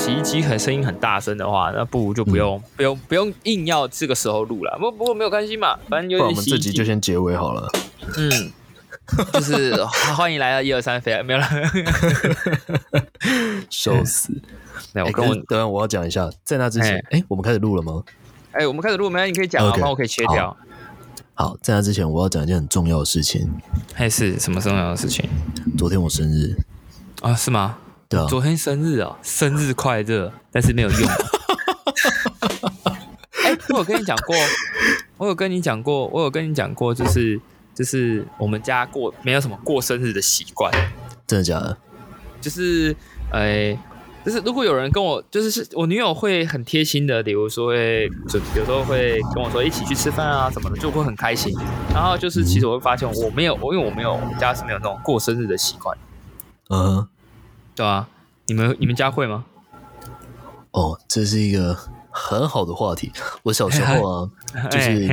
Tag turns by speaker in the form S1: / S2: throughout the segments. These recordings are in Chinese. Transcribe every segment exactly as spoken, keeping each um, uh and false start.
S1: 洗衣机很声音很大声的话，那不如就不用、嗯、不用不用硬要这个时候录了。不不过没有关系嘛，反正有点洗衣机。不然我们
S2: 这集就先结尾好了。
S1: 嗯，就是欢迎来到一二三飞，没有了。
S2: 笑死！
S1: 我跟我
S2: 等下我要讲一下，在那之前，哎、欸，我们开始录了吗？
S1: 哎、欸，我们开始录，没？你可以讲啊，不然我可以切掉。
S2: 好，在那之前，我要讲一件很重要的事情。
S1: 还是什么重要的事情？
S2: 昨天我生日
S1: 啊？是吗？
S2: 对啊，
S1: 昨天生日啊，生日快乐，但是没有用。哎、欸，我有跟你讲过，我有跟你讲过，我有跟你讲过，就是就是我们家过没有什么过生日的习惯。
S2: 真的假的？
S1: 就是哎。欸就是如果有人跟我，就是我女友会很贴心的，比如说会，就有时候会跟我说一起去吃饭啊什么的，就会很开心。然后就是其实我会发现我没有，因为我没有，我们家是没有那种过生日的习惯。
S2: 嗯、uh ，
S1: 对啊，你们你们家会吗？
S2: 哦，这是一个很好的话题。我小时候啊，就是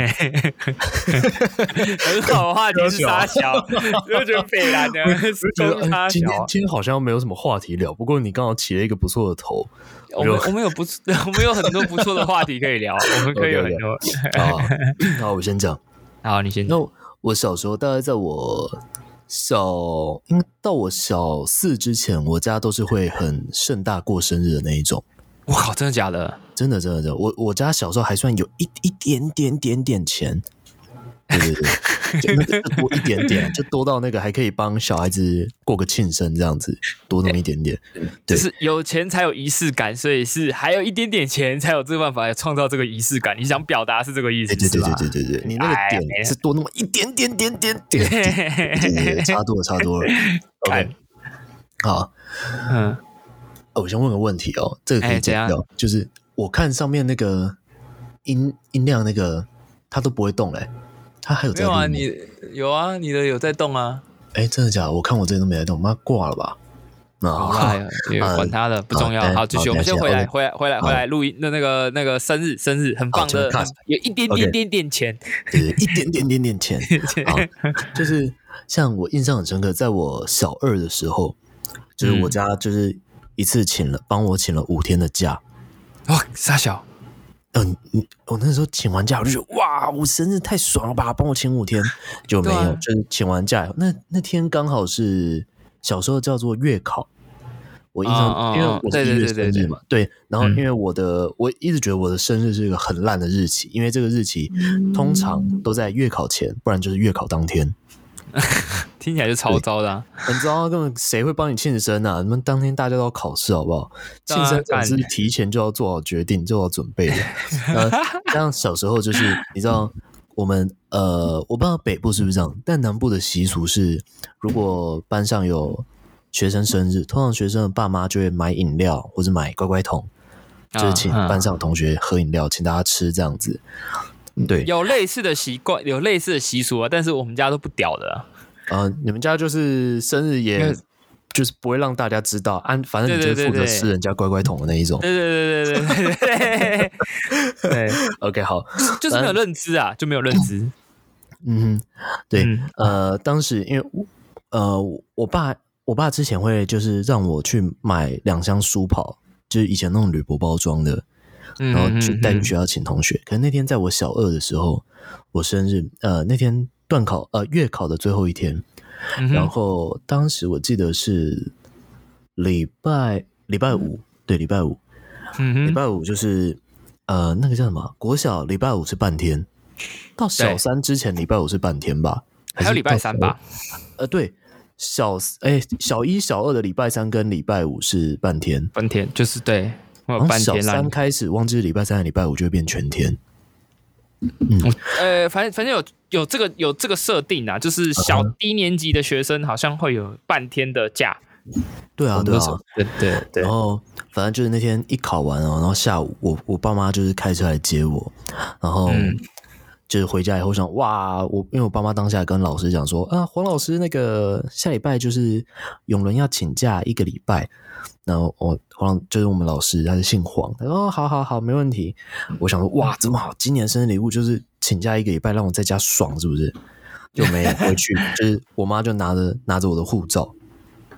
S1: 很好的话题是沙小，就觉得北蓝的是公沙小。
S2: 今天今天好像没有什么话题聊，不过你刚好起了一个不错的头。
S1: 我们我们有不我们有很多不错的话题可以聊，我们可以有很多。
S2: 好，好，我先讲。
S1: 好，你先讲。
S2: 那我小时候大概在我小，应该到我小四之前，我家都是会很盛大过生日的那一种。
S1: 我靠，真的假的？
S2: 真的真的真的，我我家小时候还算有一一点点点点钱，对对对，就那个就多一点点，就多到那个还可以帮小孩子过个庆生这样子，多那么一点点。对，
S1: 就是有钱才有仪式感，所以是还有一点点钱才有这个办法创造这个仪式感。你想表达是这个意思？
S2: 对对对对对对对，你那个点是多那么一点点点点点，对对对，差多了差多了。OK， 好，嗯。我先问个问题哦，这个可以剪掉，欸、就是我看上面那个音音量那个它都不会动嘞，它还有在动吗？
S1: 没有啊，你有啊，你的有在动啊。
S2: 哎、欸，真的假的？我看我这都没在动，妈挂了吧？
S1: 啊，管他的，不重要。好，继续，我们先回来，回来，回来，回来录音的那个那个生日，生日很棒的，有一点点点点钱，
S2: 对，一点点点点钱。好，就是像我印象很深刻，在我小二的时候，就是我家就是。一次请了帮我请了五天的假，
S1: 哇，傻小，
S2: 嗯、呃，我那时候请完假我就觉得哇，我生日太爽了吧，帮我请五天就没有，啊、就是请完假那那天刚好是小时候叫做月考，我印象，哦、因为我是一月生日嘛，对, 对, 对, 对，然后因为我的、嗯、我一直觉得我的生日是一个很烂的日期，因为这个日期通常都在月考前，不然就是月考当天。
S1: 听起来就超糟的、啊，
S2: 很糟，根本谁会帮你庆生啊？你们当天大家都要考试，好不好？庆生总是提前就要做好决定，就要准备的。呃，像小时候就是你知道，我们呃，我不知道北部是不是这样，但南部的习俗是，如果班上有学生生日，通常学生的爸妈就会买饮料或者买乖乖桶，就是请班上的同学喝饮料，请大家吃这样子。对，
S1: 有类似的习惯，有类似的习俗啊，但是我们家都不屌的啊。
S2: 呃，你们家就是生日也，就是不会让大家知道，按反正你就是负责吃人家乖乖桶的那一种。
S1: 对对对对对对对。
S2: OK， 好，
S1: 就是没有认知啊，就没有认知。
S2: 嗯，对，嗯、呃，当时因为呃，我爸我爸之前会就是让我去买两箱舒跑，就是以前那种铝箔包装的。然后去带去学校请同学，嗯嗯嗯，可是那天在我小二的时候，我生日，呃，那天段考，呃，月考的最后一天，嗯、然后当时我记得是礼拜礼拜五，对，礼拜五，嗯、礼拜五就是呃那个叫什么？国小礼拜五是半天，到小三之前礼拜五是半天吧？
S1: 还有礼拜三吧？
S2: 呃，对，小哎小一小二的礼拜三跟礼拜五是半天，
S1: 半天就是对。
S2: 从小三开始，忘记礼拜三和礼拜五就会变全天。嗯，
S1: 呃，反正反正有有这个有这个设定啊，就是小低年级的学生好像会有半天的假。
S2: 对啊，对啊，
S1: 对对对。
S2: 然后反正就是那天一考完哦，然后下午我我爸妈就是开车来接我，然后就是回家以后想哇，我因为我爸妈当下跟老师讲说啊，黄老师那个下礼拜就是永伦要请假一个礼拜。然后我黄就是我们老师，他是姓黄，他说哦，好好好，没问题。我想说哇，这么好，今年生日礼物就是请假一个礼拜，让我在家爽，是不是？就没回去，就是我妈就拿着拿着我的护照，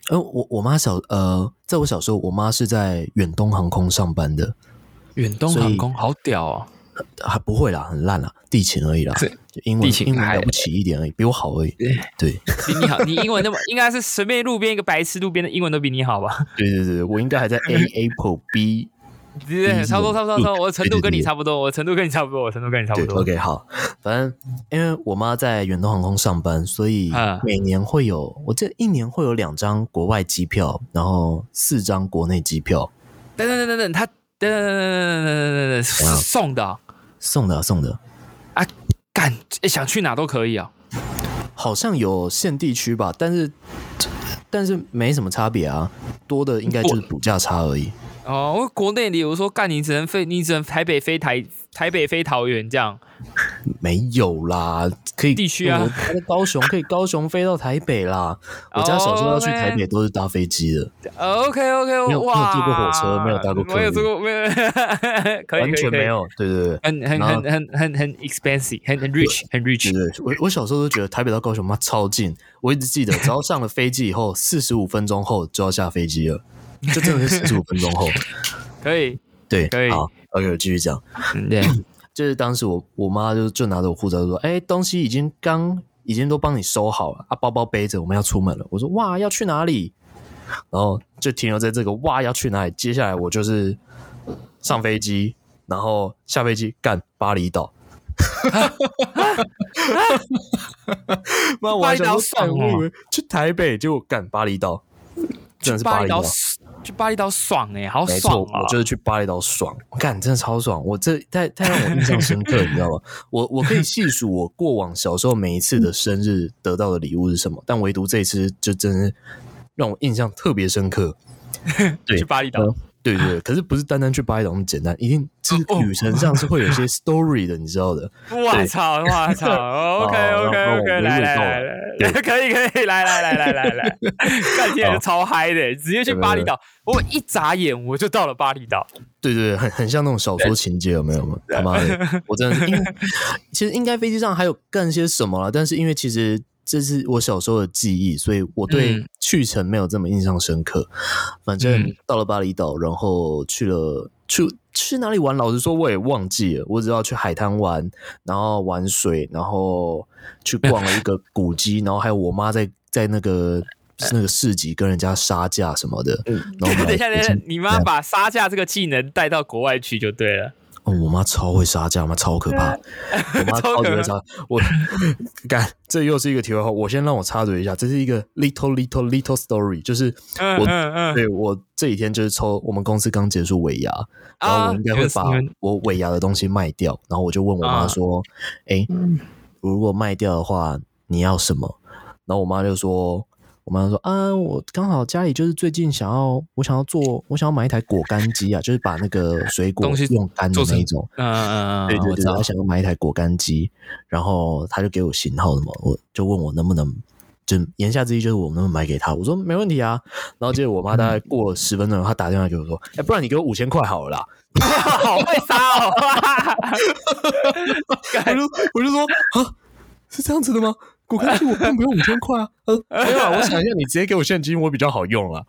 S2: 呃，我我妈小呃，在我小时候，我妈是在远东航空上班的。
S1: 远东航空好屌哦！
S2: 还不会啦，很烂啦，地勤而已啦，英文英文了不起一点而已，比我好而已。对，
S1: 比你好，你英文那么应该是随便路边一个白痴路边的英文都比你好吧？
S2: 对对对，我应该还在 A Apple B。
S1: 对对，差不多差不多差不多，我的程度跟你差不多，我的程度跟你差不多，我的程度跟你差不多。
S2: OK， 好，反正因为我妈在远东航空上班，所以每年会有，我记得一年会有两张国外机票，然后四张国内机票。
S1: 等等等等等，他等等等等等等等，是送的、啊，
S2: 送的、啊、送的
S1: 啊！干，想去哪都可以啊。
S2: 好像有限地区吧，但是但是没什么差别啊，多的应该就是补价差而已。
S1: 哦，国内比如说干，你只能飞，你只能台北飞台，台北飞桃园这样。
S2: 没有啦，可以
S1: 地区啊，
S2: 我在高雄可以高雄飞到台北啦。我家小时候要去台北都是搭飞机的。
S1: OK OK，
S2: 没有
S1: 哇，
S2: 没有坐过火车，没有搭过客运，
S1: 没有坐过，没有，可以
S2: 完全没有。对对对，
S1: 很很很很很很 expensive， 很很 rich， 很 rich。
S2: 对对，我我小时候都觉得台北到高雄妈超近，我一直记得，只要上了飞机以后，四十五分钟后就要下飞机了。就真的是四十五分钟后，
S1: 可以，
S2: 对，
S1: 可以。
S2: 好 ，OK， 我继续讲。
S1: 对，
S2: 就是当时我我妈就就拿着我护照说：“哎、欸，东西已经刚已经都帮你收好了啊，包包背着，我们要出门了。”我说：“哇，要去哪里？”然后就停留在这个“哇，要去哪里”。接下来我就是上飞机，然后下飞机干巴厘岛。妈，我还想说爽哦，去台北，结果干巴厘岛。真的是巴厘岛，
S1: 去巴厘岛爽哎、欸，好爽啊！
S2: 我就是去巴厘岛爽，干真的超爽，我这太太让我印象深刻，你知道吗？我我可以细数我过往小时候每一次的生日得到的礼物是什么，但唯独这一次就真的让我印象特别深刻。对，
S1: 去巴厘岛。
S2: 呃对对对，可是不是单单去巴厘岛那么简单，一定是旅程上是会有些 story 的，你知道的。
S1: 哇操，哇操 ！OK OK OK， 来来来来，可以可以，来来来来来来，干天就超嗨的，直接去巴厘岛，我一眨眼我就到了巴厘岛。
S2: 对对对，很很像那种小说情节，有没有？他妈的，我真的，因为其实应该飞机上还有干些什么啦，但是因为其实这是我小时候的记忆，所以我对去程没有这么印象深刻。嗯、反正到了巴厘岛，然后去了去去哪里玩，老实说我也忘记了，我只要去海滩玩，然后玩水，然后去逛了一个古迹，然后还有我妈在在那个。那个市集跟人家杀价什么的，嗯、然后
S1: 等一下，等一下，你妈把杀价这个技能带到国外去就对了。
S2: 哦，我妈超会杀价，妈超可怕，我妈超级会杀。我干，这又是一个题外话。我先让我插嘴一下，这是一个 little little little story， 就是我、嗯嗯、对我这几天就是抽我们公司刚结束尾牙，然后我应该会把我尾牙的东西卖掉，然后我就问我妈说：“哎、啊欸，如果卖掉的话，你要什么？”然后我妈就说。我妈说啊，我刚好家里就是最近想要，我想要做，我想要买一台果干机啊，就是把那个水果用干的那一种。
S1: 嗯嗯嗯，
S2: 对对对，我想要买一台果干机，然后他就给我型号的嘛，我就问我能不能，就言下之意就是我能不能买给他，我说没问题啊。然后接着我妈大概过了十分钟，她打电话给我说，哎、欸，不然你给我五千块好了啦。
S1: 好会杀哦！
S2: 我就我就说啊，是这样子的吗？果干机我根本不用五千块啊！呃，没有啊，我想一下，你直接给我现金，我比较好用啊。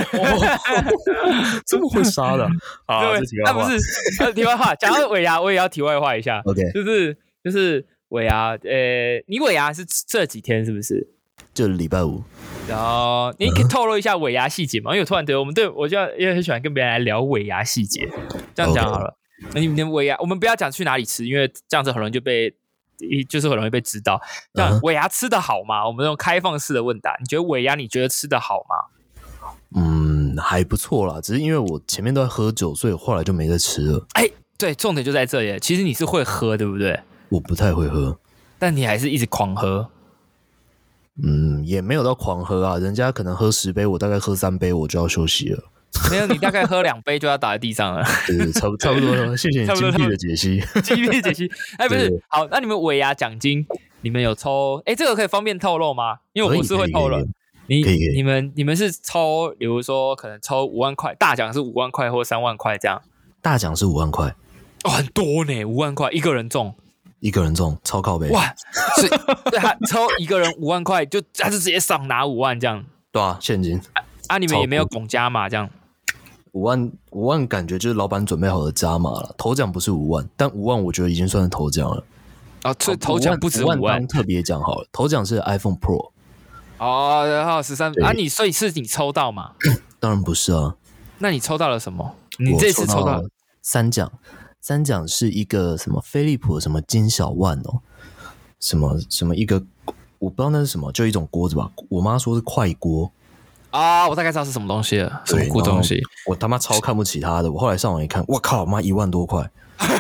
S2: 这么会杀的啊！这题外话，
S1: 那不是题外话。讲到尾牙，我也要题外话一下。
S2: OK，
S1: 就是就是尾牙，呃，你尾牙是这几天是不是？
S2: 就是礼拜五。
S1: 然后你可以透露一下尾牙细节吗？因为我突然觉得我们对我就因为很喜欢跟别人来聊尾牙细节，这样讲好了。那、okay. 你们尾牙，我们不要讲去哪里吃，因为这样子很容易就被。就是很容易被知道。这样尾牙吃得好吗？我们用开放式的问答，你觉得尾牙你觉得吃得好吗？
S2: 嗯，还不错啦，只是因为我前面都在喝酒，所以后来就没再吃了。
S1: 哎、欸，对，重点就在这里。其实你是会喝，对不对？
S2: 我不太会喝，
S1: 但你还是一直狂喝。
S2: 嗯，也没有到狂喝啊，人家可能喝十杯，我大概喝三杯我就要休息了。
S1: 没有，你大概喝两杯就要倒在地上了。
S2: 对对，差不差不多。谢谢你精辟的解析，
S1: 精辟解析。哎，不是，好，那你们尾牙奖金，你们有抽？哎，这个可以方便透露吗？因为我不是会透露。你你们你们是抽，比如说可能抽五万块，大奖是五万块或三万块这样。
S2: 大奖是五万块，
S1: 哦，很多呢，五万块一个人中。
S2: 一个人中超靠北
S1: 哇！所以对他抽一个人五万块，就他就直接上拿五万这样。
S2: 对啊，现金
S1: 啊，啊你们也没有拱加码这样。
S2: 五万五万感觉就是老板准备好的加码了，头奖不是五万，但五万我觉得已经算是头奖了。
S1: 哦，所以头奖不止五万，
S2: 五万当特别奖好了，头奖是 iPhone Pro。
S1: 哦，然后十三啊，你所以是你抽到吗？
S2: 当然不是啊。
S1: 那你抽到了什么？你这次抽到
S2: 三奖，三奖是一个什么飞利浦的什么金小万哦，什么什么一个我不知道那是什么，就一种锅子吧。我妈说是快锅
S1: 啊，我大概知道是什么东西了，什么锅东西。
S2: 我他妈超看不起他的，我后来上网一看，我靠，妈一万多块。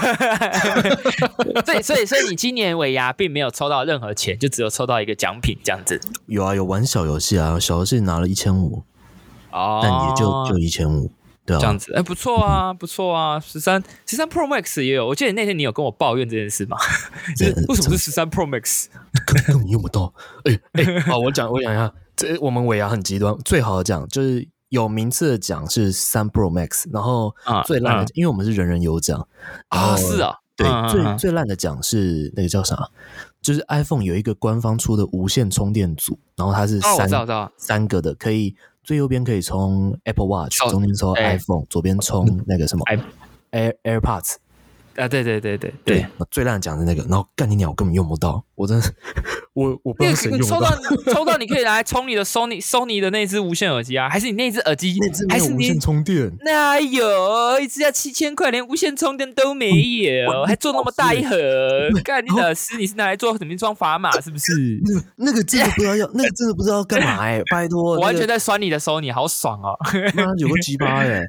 S1: 所以，所以，所以你今年尾牙并没有抽到任何钱，就只有抽到一个奖品这样子。
S2: 有啊，有玩小游戏啊，小游戏拿了一千五，哦，但也就就一千五，对啊，
S1: 这样子，哎、欸，不错啊，不错啊，十三十三 Pro Max 也有，我记得那天你有跟我抱怨这件事嘛？为什么是十三 Pro Max？
S2: 根根本用不到。哎、欸、哎、欸，好，我讲我讲一下，这我们尾牙很极端，最好的奖就是有名次的奖是三 Pro Max， 然后最烂的，啊嗯、因为我们是人人有奖
S1: 啊，是啊。
S2: 对，
S1: 嗯、
S2: 最最烂的奖是那个叫啥？就是 iPhone 有一个官方出的无线充电组，然后它是三、哦、
S1: 我知道我知道
S2: 三个的，可以最右边可以充 Apple Watch，、哦、中间充 iPhone，、欸、左边充那个什么 Air AirPods。
S1: 啊，对对对对
S2: 对，最烂的奖是那个，然后干你鸟根本用不到，我真的我我不知道谁用不到。
S1: 抽到抽到你可以来充你的 Sony Sony 的那只无线耳机啊，还是你那只耳机
S2: 那只没有无线充电？
S1: 哪有一只要七千块，连无线充电都没有，嗯、还做那么大一盒？干你老师，你是拿来做什么装砝码是不是？
S2: 那个真的不知道要，那个真的不知道要干嘛哎、欸，拜托，
S1: 我完全在酸你的Sony，好爽哦！
S2: 妈有个鸡巴哎！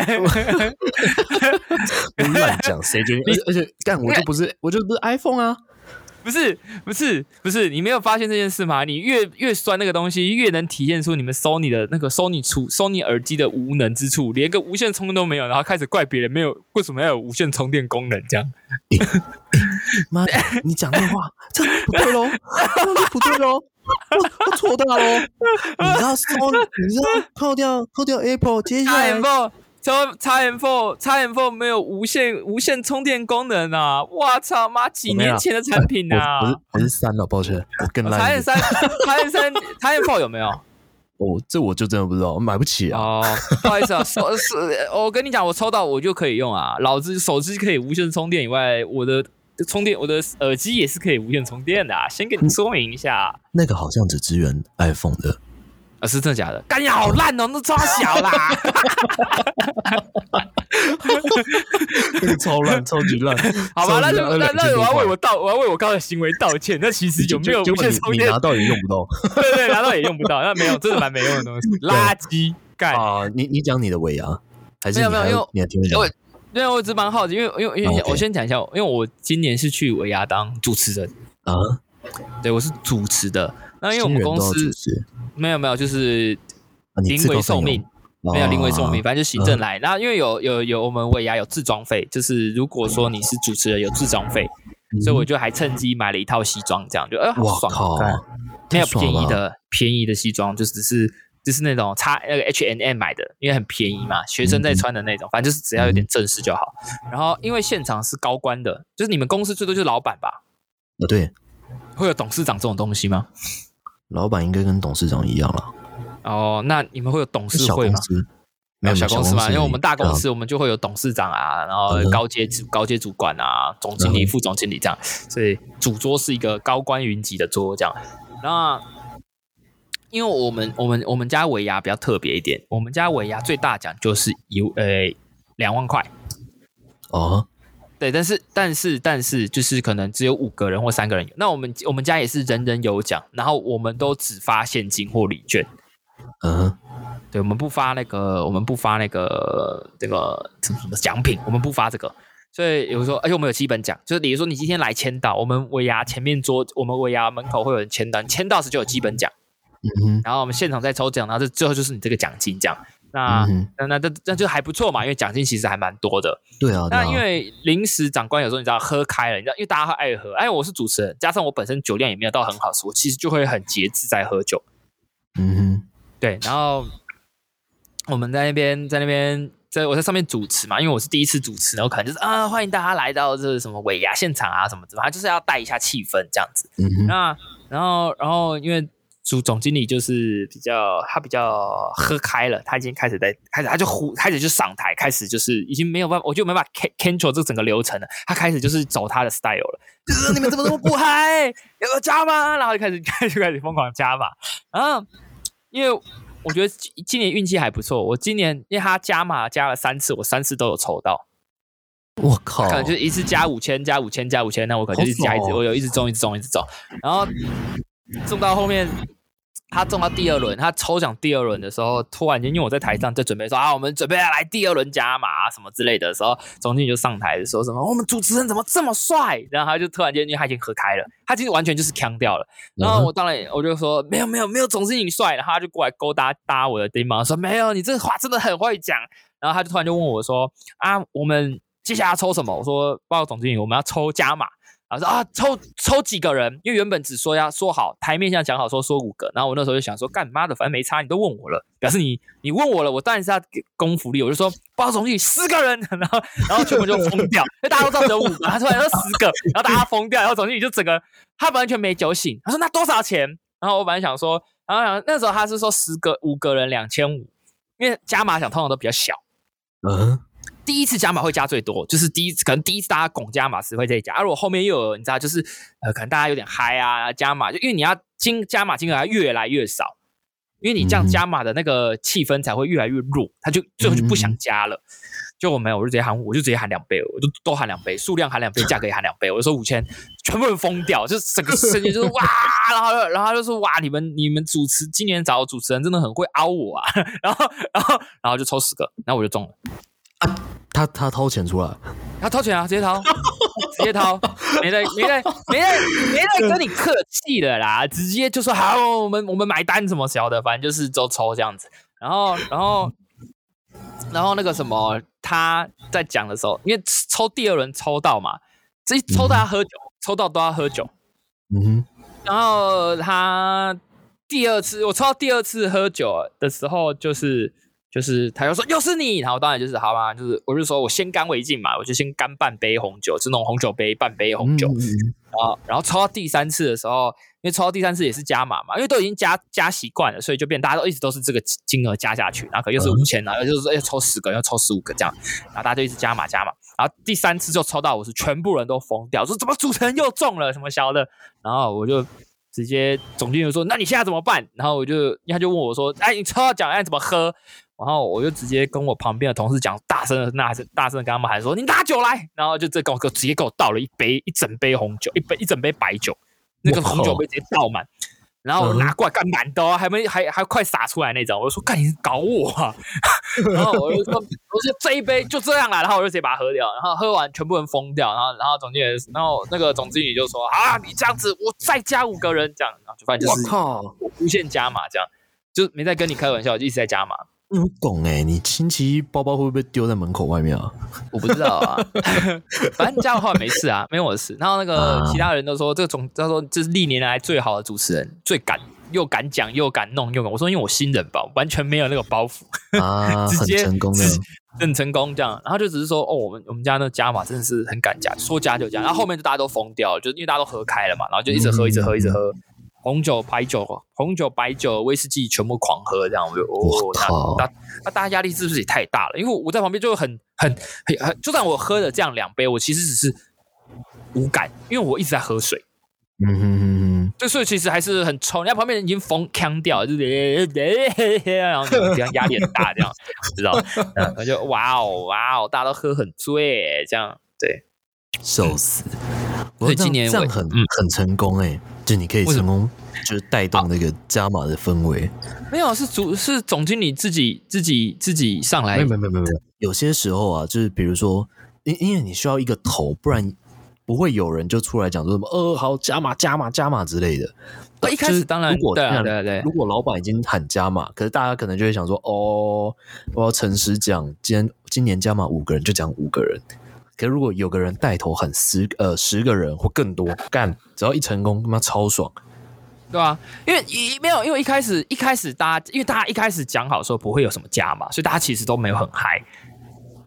S2: 我乱讲，谁觉得？而且干我就不是，我就不是 iPhone 啊！
S1: 不是不是不是，你没有发现这件事吗？你越越酸那个东西，越能体现出你们 Sony 的那个 Sony 出 Sony 耳机的无能之处，连个无线充电都没有，然后开始怪别人没有为什么要有无线充电功能这样。
S2: 妈、欸欸，你讲那话这样不对喽，这不对喽。我, 我错大喽！你知道 Sony， 你知道扣掉扣掉 Apple， 接下来
S1: X M 四 X M 四 没有无线无线充电功能啊！我操妈，几年前的产品啊！
S2: 我, 我, 是我是三了，抱歉，我更烂。
S1: X M 三 X M 三 X M 四 有没有？
S2: 哦，这我就真的不知道，我买不起啊！
S1: 哦，不好意思啊，是我跟你讲，我抽到我就可以用啊，老子手机可以无线充电以外，我的。充电，我的耳机也是可以无线充电的、啊，先给你说明一下。
S2: 那个好像只支援 iPhone 的，
S1: 啊，是真的假的？干你好烂哦，那超小啦！
S2: 那个超烂，超级烂。
S1: 好吧，那就那那我要为我道，我要为我刚才的行为道歉。那其实有没有无线充电？
S2: 你拿到也用不到。
S1: 对对，拿到也用不到。那没有，真的蛮没用的东西，垃圾干
S2: 啊！你你讲你的尾牙，还是
S1: 没有没有？因为
S2: 你还听不懂。
S1: 因为我一直蛮好奇，因为因为因为、okay. 我先讲一下，因为我今年是去尾牙当主持人啊，对，我是主持的。那因为我们公司没有没有，就是临危受命，没有临危受命，反正就行政来。然后因为有有有我们尾牙有置装费，就是如果说你是主持人有置装费，嗯、所以我就还趁机买了一套西装，这样就哎、呃、好爽，没有便宜的便宜的西装，就只是。就是那种叉那个 H and M 买的，因为很便宜嘛，学生在穿的那种，反正就是只要有点正式就好。然后因为现场是高官的，就是你们公司最多就是老板吧？
S2: 啊，对，
S1: 会有董事长这种东西吗？
S2: 老板应该跟董事长一样啦。
S1: 哦，那你们会有董事会吗？
S2: 没有
S1: 小公司嘛，因为我们大公司我们就会有董事长啊，然后高阶主、嗯、高阶主管啊，总经理、嗯、副总经理这样，所以主桌是一个高官云集的桌这样。那因为我们我们我们家尾牙比较特别一点，我们家尾牙最大奖就是一呃两万块
S2: 哦，
S1: 对，但是但是但是就是可能只有五个人或三个人有，那我们我们家也是人人有奖，然后我们都只发现金或礼券，
S2: 嗯，
S1: 对，我们不发那个我们不发那个这个什么什么奖品，我们不发这个。所以有时候，而且我们有基本奖，就是比如说你今天来签到，我们尾牙前面桌，我们尾牙门口会有人签到，你签到时就有基本奖。
S2: 嗯、
S1: 然后我们现场再抽奖，然后最后就是你这个奖金这样。那、嗯、那那那那就还不错嘛，因为奖金其实还蛮多的。
S2: 对啊。
S1: 那因为临时长官有时候你知道喝开了，你知道，因为大家爱喝，哎，我是主持人，加上我本身酒量也没有到很好吃，我其实就会很节制在喝酒。
S2: 嗯哼，
S1: 对。然后我们在那边在那边在我在上面主持嘛，因为我是第一次主持，然后可能就是啊欢迎大家来到这什么尾牙现场啊什么的，他就是要带一下气氛这样子。
S2: 嗯哼。
S1: 那然后然后因为。 主总经理就是比较他比较喝开了，他已经开始在开始他就呼开始就上台，开始就是已经没有办法，我就没办法 control 这整个流程了。他开始就是走他的 style 了，就是你们怎么这么不嗨？有加码，然后就开始开始开始疯狂加码。然后因为我觉得今年运气还不错，我今年因为他加码加了三次，我三次都有抽到。
S2: 我靠！
S1: 可能就是一次加五千，加五千，加五千，那我可能就一直加一直，我有一直中，一直中，一直中，然后中到后面，他中到第二轮，他抽奖第二轮的时候，突然间因为我在台上在准备说啊，我们准备要来第二轮加码、啊、什么之类的时候，总经理就上台说什么我们主持人怎么这么帅，然后他就突然间因为他已经喝开了，他其实完全就是呛掉了，然后我当然我就说没有没有没有总经理帅，然后他就过来勾搭搭我的肩膀说没有，你这个话真的很会讲，然后他就突然就问我说啊，我们接下来要抽什么？我说报告总经理，我们要抽加码。然后说啊，抽抽几个人？因为原本只说要说好，台面上讲好说说五个。然后我那时候就想说，干妈的，反正没差，你都问我了，表示你你问我了，我当然是要给公福利。我就说报告总经理十个人，然后然后全部就疯掉，因为大家都知道只有五个，他突然说十个，然后大家疯掉，然后总经理就整个他完全没酒醒，他说那多少钱？然后我本来想说，然后想那时候他是说十个五个人两千五，因为加码奖通常都比较小，嗯。第一次加码会加最多，就是第一次可能第一次大家拱加码时会再加，而、啊、如果后面又有你知道，就是呃可能大家有点嗨啊，加码就因为你要金加码金额要越来越少，因为你这样加码的那个气氛才会越来越弱，他就最后就不想加了。就我没有，我就直接喊，我就直接喊两倍，我就都喊两倍，数量喊两倍，价格也喊两倍，我就说五千，全部人疯掉，就是整个瞬间就是哇，然后然后他就说哇，你们你们主持今年找的主持人真的很会凹我啊，然后然后然后就抽十个，然后我就中了。
S2: 啊、他他掏钱出来，
S1: 他掏钱啊，直接掏，直接掏，没在没在没在没在跟你客气的啦，直接就说好，我们我们买单什么小的，反正就是都抽这样子。然后然后然后那个什么，他在讲的时候，因为抽第二轮抽到嘛，这抽到要喝酒，嗯、抽到都要喝酒。嗯，然后他第二次我抽到第二次喝酒的时候，就是。就是他就说又是你，然后当然就是好吧，就是我就说我先干为敬嘛，我就先干半杯红酒，是那种红酒杯半杯红酒，嗯、然后然后抽到第三次的时候，因为抽到第三次也是加码嘛，因为都已经加加习惯了，所以就变大家都一直都是这个金额加下去，然后可能又是五千，然后就是说要抽十个，要抽十五个这样，然后大家就一直加码加码，然后第三次就抽到我是全部人都疯掉，说怎么主持人又中了什么小的，然后我就直接总经理说那你现在怎么办？然后我就他就问我说，哎，你抽到奖哎怎么喝？然后我就直接跟我旁边的同事讲，大声的呐喊，大声的跟他们喊说：“你拿酒来！”然后就这跟我直接给我倒了一杯一整杯红酒，一杯一整杯白酒，那个红酒杯直接倒满，然后我拿过来干满的、哦，还没还还快洒出来那种。我就说：“干你搞我啊！”然后我就说：“我说这一杯就这样啦。”然后我就直接把它喝掉，然后喝完全部人疯掉，然后然后总经理，然后那个总经理就说：“啊，你这样子，我再加五个人这样。”然后就反正就是无限加码这样，就没在跟你开玩笑，就一直在加码。
S2: 我懂哎，你亲戚包包会不会丢在门口外面啊？
S1: 我不知道啊，反正加的话没事啊，没有我的事。然后那个其他人都说，这个总他说这是历年来最好的主持人，最敢又敢讲又敢弄又敢。我说因为我新人吧，完全没有那个包袱
S2: 啊，直接很成功的，
S1: 很成功这样。然后就只是说哦，我们我们家那加码真的是很敢加，说加就加。然后后面就大家都疯掉了，就因为大家都喝开了嘛，然后就一直喝，一直喝，一直喝。红酒、白酒、红酒、白酒、威士忌全部狂喝，这样我就哦，那那那大家压力是不是也太大了？因为我在旁边就很很很很，就算我喝了这样两杯，我其实只是无感，因为我一直在喝水。嗯哼哼哼，对，所以其实还是很冲。人家旁边人已经疯呛掉，就是然后这样压力很大，这样知道？然后就哇哦哇哦，大家都喝很醉，这样对，
S2: 笑死。
S1: 所以今年
S2: 这样很、嗯、很成功哎、欸，就你可以成功就是带动那个加码的氛围。
S1: 没有，是主是总经理自己自己自己上来。
S2: 没有没有没有没有，有些时候啊，就是比如说，因因为你需要一个头，不然不会有人就出来讲说什么呃好加码加码加码之类的。
S1: 一开始当然，
S2: 如果
S1: 对对对，
S2: 如果老板已经喊加码，可是大家可能就会想说哦，我要诚实讲，今天今年加码五个人就讲五个人。可是如果有个人带头喊十呃十个人或更多干，只要一成功，他妈超爽，
S1: 对啊，因为一没有，因为一开始一开始大家，因为大家一开始讲好说不会有什么加码，所以大家其实都没有很嗨。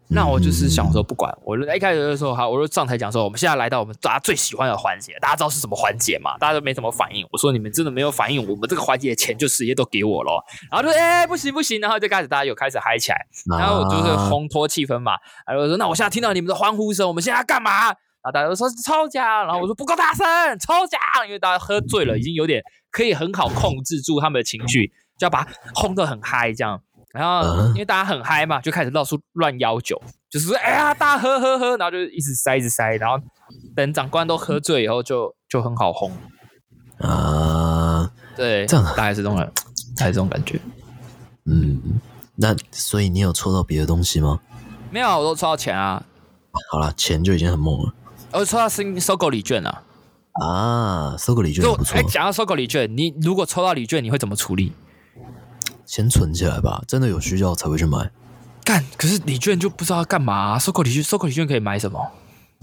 S1: 那我就是想说不管，我一开始的时候，好，我就上台讲说，我们现在来到我们大家最喜欢的环节，大家知道是什么环节吗？大家都没什么反应。我说你们真的没有反应，我们这个环节的钱就直接都给我咯。然后就哎、欸、不行不行，然后就开始大家有开始嗨起来，然后就是烘托气氛嘛。然后我说那我现在听到你们的欢呼声，我们现在要干嘛？然后大家都说抽奖，然后我说不够大声，抽奖，因为大家喝醉了，已经有点可以很好控制住他们的情绪，就要把它烘得很嗨这样。然后因为大家很嗨嘛，就开始到处乱邀酒，就是说哎呀大家喝喝喝，然后就一直塞一直塞，然后等长官都喝醉以后就就很好烘啊。对，这样大概是这种，大概是这种感觉。
S2: 嗯，那所以你有抽到别的东西吗？
S1: 没有，我都抽到钱啊。
S2: 好啦，钱就已经很猛了。
S1: 我抽到收购礼券啊。
S2: 啊，收购礼券不错。
S1: 哎，讲到收购礼券，你如果抽到礼券，你会怎么处理？
S2: 先存起来吧，真的有需要才会去买。
S1: 干，可是礼券就不知道要干嘛、啊。收购礼券，收购礼券可以买什么？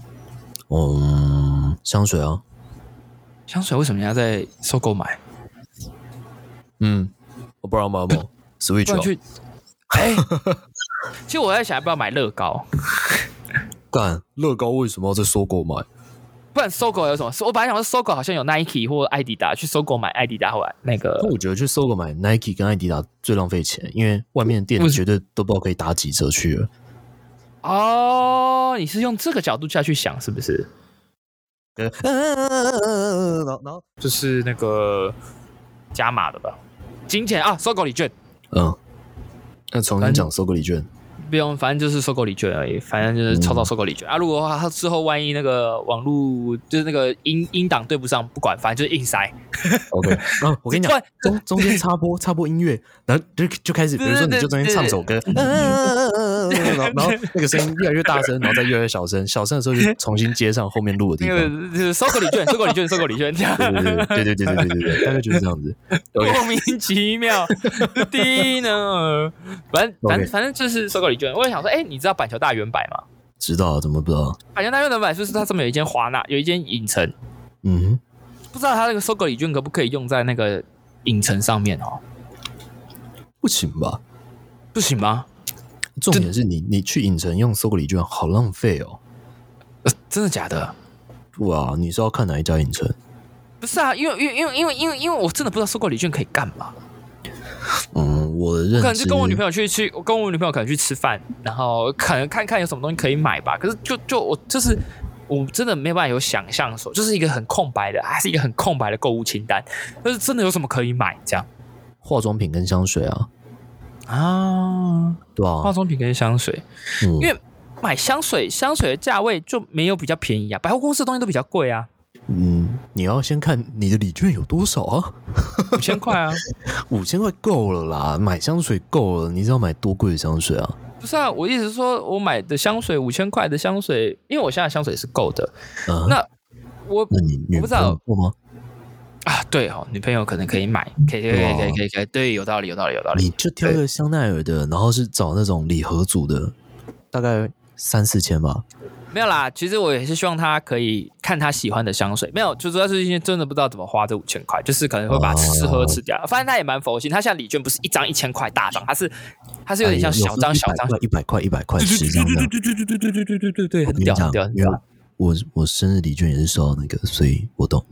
S2: 嗯，香水啊。
S1: 香水为什么要在收购买？
S2: 嗯，我不知道买什么 Switch
S1: 不然去。哎，其实我在想要不要买乐高。
S2: 干，乐高为什么要在收购买？
S1: 不然搜狗有什么？我本来想说搜狗好像有 Nike 或艾迪达，去搜狗买艾迪达或那个。
S2: 我觉得去搜狗买 Nike 跟艾迪达最浪费钱，因为外面的店绝对都不知道可以打几折去了。
S1: 哦，你是用这个角度下去想是不是？
S2: 嗯嗯，然后
S1: 就是那个加码的吧，金钱啊，搜狗礼券。
S2: 嗯，那重新讲搜狗礼券。
S1: 不用，反正就是收购礼券而已，反正就是抽到收购礼券、嗯、啊。如果他之后万一那个网路就是那个音音档对不上，不管，反正就是硬塞。
S2: OK， 啊，我跟你讲，中中间插播插播音乐，然后就就开始，比如说你就中间唱首歌，然后那个声音越来越大声，然后再越来越小声，小声的时候就重新接上后面录的地方。
S1: 那个收购礼券，收购礼券，收购礼券，这样。
S2: 对对对对对对对对对，大概就是这样子。
S1: 莫名其妙，低呢，反正反正反正就是收购礼券。我也想说，哎、欸，你知道板桥大圆柏吗？
S2: 知道，怎么不知道？
S1: 板桥大圆柏就是它上面有一间华纳，有一间影城。
S2: 嗯，
S1: 不知道它那个收购礼券可不可以用在那个影城上面哦？
S2: 不行吧？
S1: 不行吗？
S2: 重点是你你去影城用收购礼券，好浪费哦、
S1: 呃！真的假的？
S2: 哇，你是要看哪一家影城？
S1: 不是啊，因为因为因为因为因为因为我真的不知道收购礼券可以干嘛。
S2: 嗯，我的认知，
S1: 我可能就跟我女朋友去去，我跟我女朋友可能去吃饭，然后可能看看有什么东西可以买吧。可是就就我就是我真的没有办法有想象说，就是一个很空白的，还是一个很空白的购物清单。但是真的有什么可以买？这样，
S2: 化妆品跟香水啊
S1: 啊，
S2: 对啊，
S1: 化妆品跟香水，嗯、因为买香水，香水的价位就没有比较便宜啊，百货公司的东西都比较贵啊。
S2: 嗯，你要先看你的礼券有多少啊？
S1: 五千块啊，
S2: 五千块够了啦，买香水够了，你是要买多贵的香水啊？
S1: 不是啊，我意思是说，我买的香水五千块的香水，因为我现在香水是够的。嗯、那我
S2: 那你女朋友够吗？
S1: 啊，对哦，女朋友可能可以买，可以可以可以可以可以可以，对，有道理有道理有道理。
S2: 你就挑一个香奈儿的，然后是找那种礼盒组的，大概三四千吧。
S1: 没有啦，其实我也是希望他可以看他喜欢的香水，没有，就主要是因为真的不知道怎么花这五千块，就是可能会把吃喝吃掉。发现他也蛮佛心，他现在礼券不是一张一千块大张，他是他是有点像小张小张，
S2: 一百块一百块十张的，
S1: 对对对对对对对对对对，很屌很屌很屌。
S2: 我我生日礼券也是收到那个，所以我懂。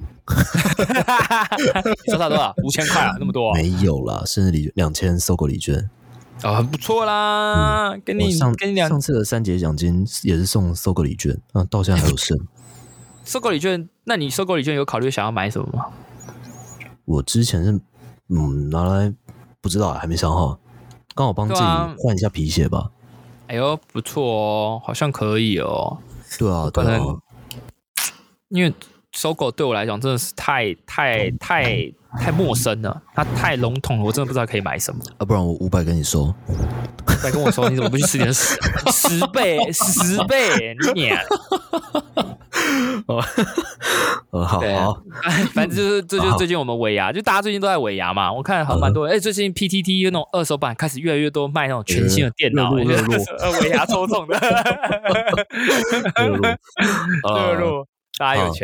S1: 收到多少？五千块啊，那么多、啊？
S2: 没有啦，生日礼券两千，收购礼券。
S1: 哦，很不错啦，嗯、跟你
S2: 上
S1: 跟你两
S2: 上次的三节奖金也是送收购礼券，啊，到现在还有剩。
S1: 收购礼券，那你收购礼券有考虑想要买什么吗？
S2: 我之前是嗯拿来不知道，还没想好，刚好帮自己换一下皮鞋吧。
S1: 哎呦，不错哦，好像可以哦。
S2: 对啊，对啊，
S1: 因为搜狗对我来讲真的是太太太太陌生了，它太笼统了，我真的不知道可以买什么。
S2: 啊，不然我五百跟你收。
S1: 来跟我说，你怎么不去吃点十十倍十倍？你
S2: 哦，哦好好，
S1: 反正就是这就是最近我们尾牙，就大家最近都在尾牙嘛。我看好蛮多人，哎、欸，最近 P T T 那种二手版开始越来越多卖那种全新的电脑，
S2: 热络
S1: 呃，尾牙抽中的，热络热络，大家有钱。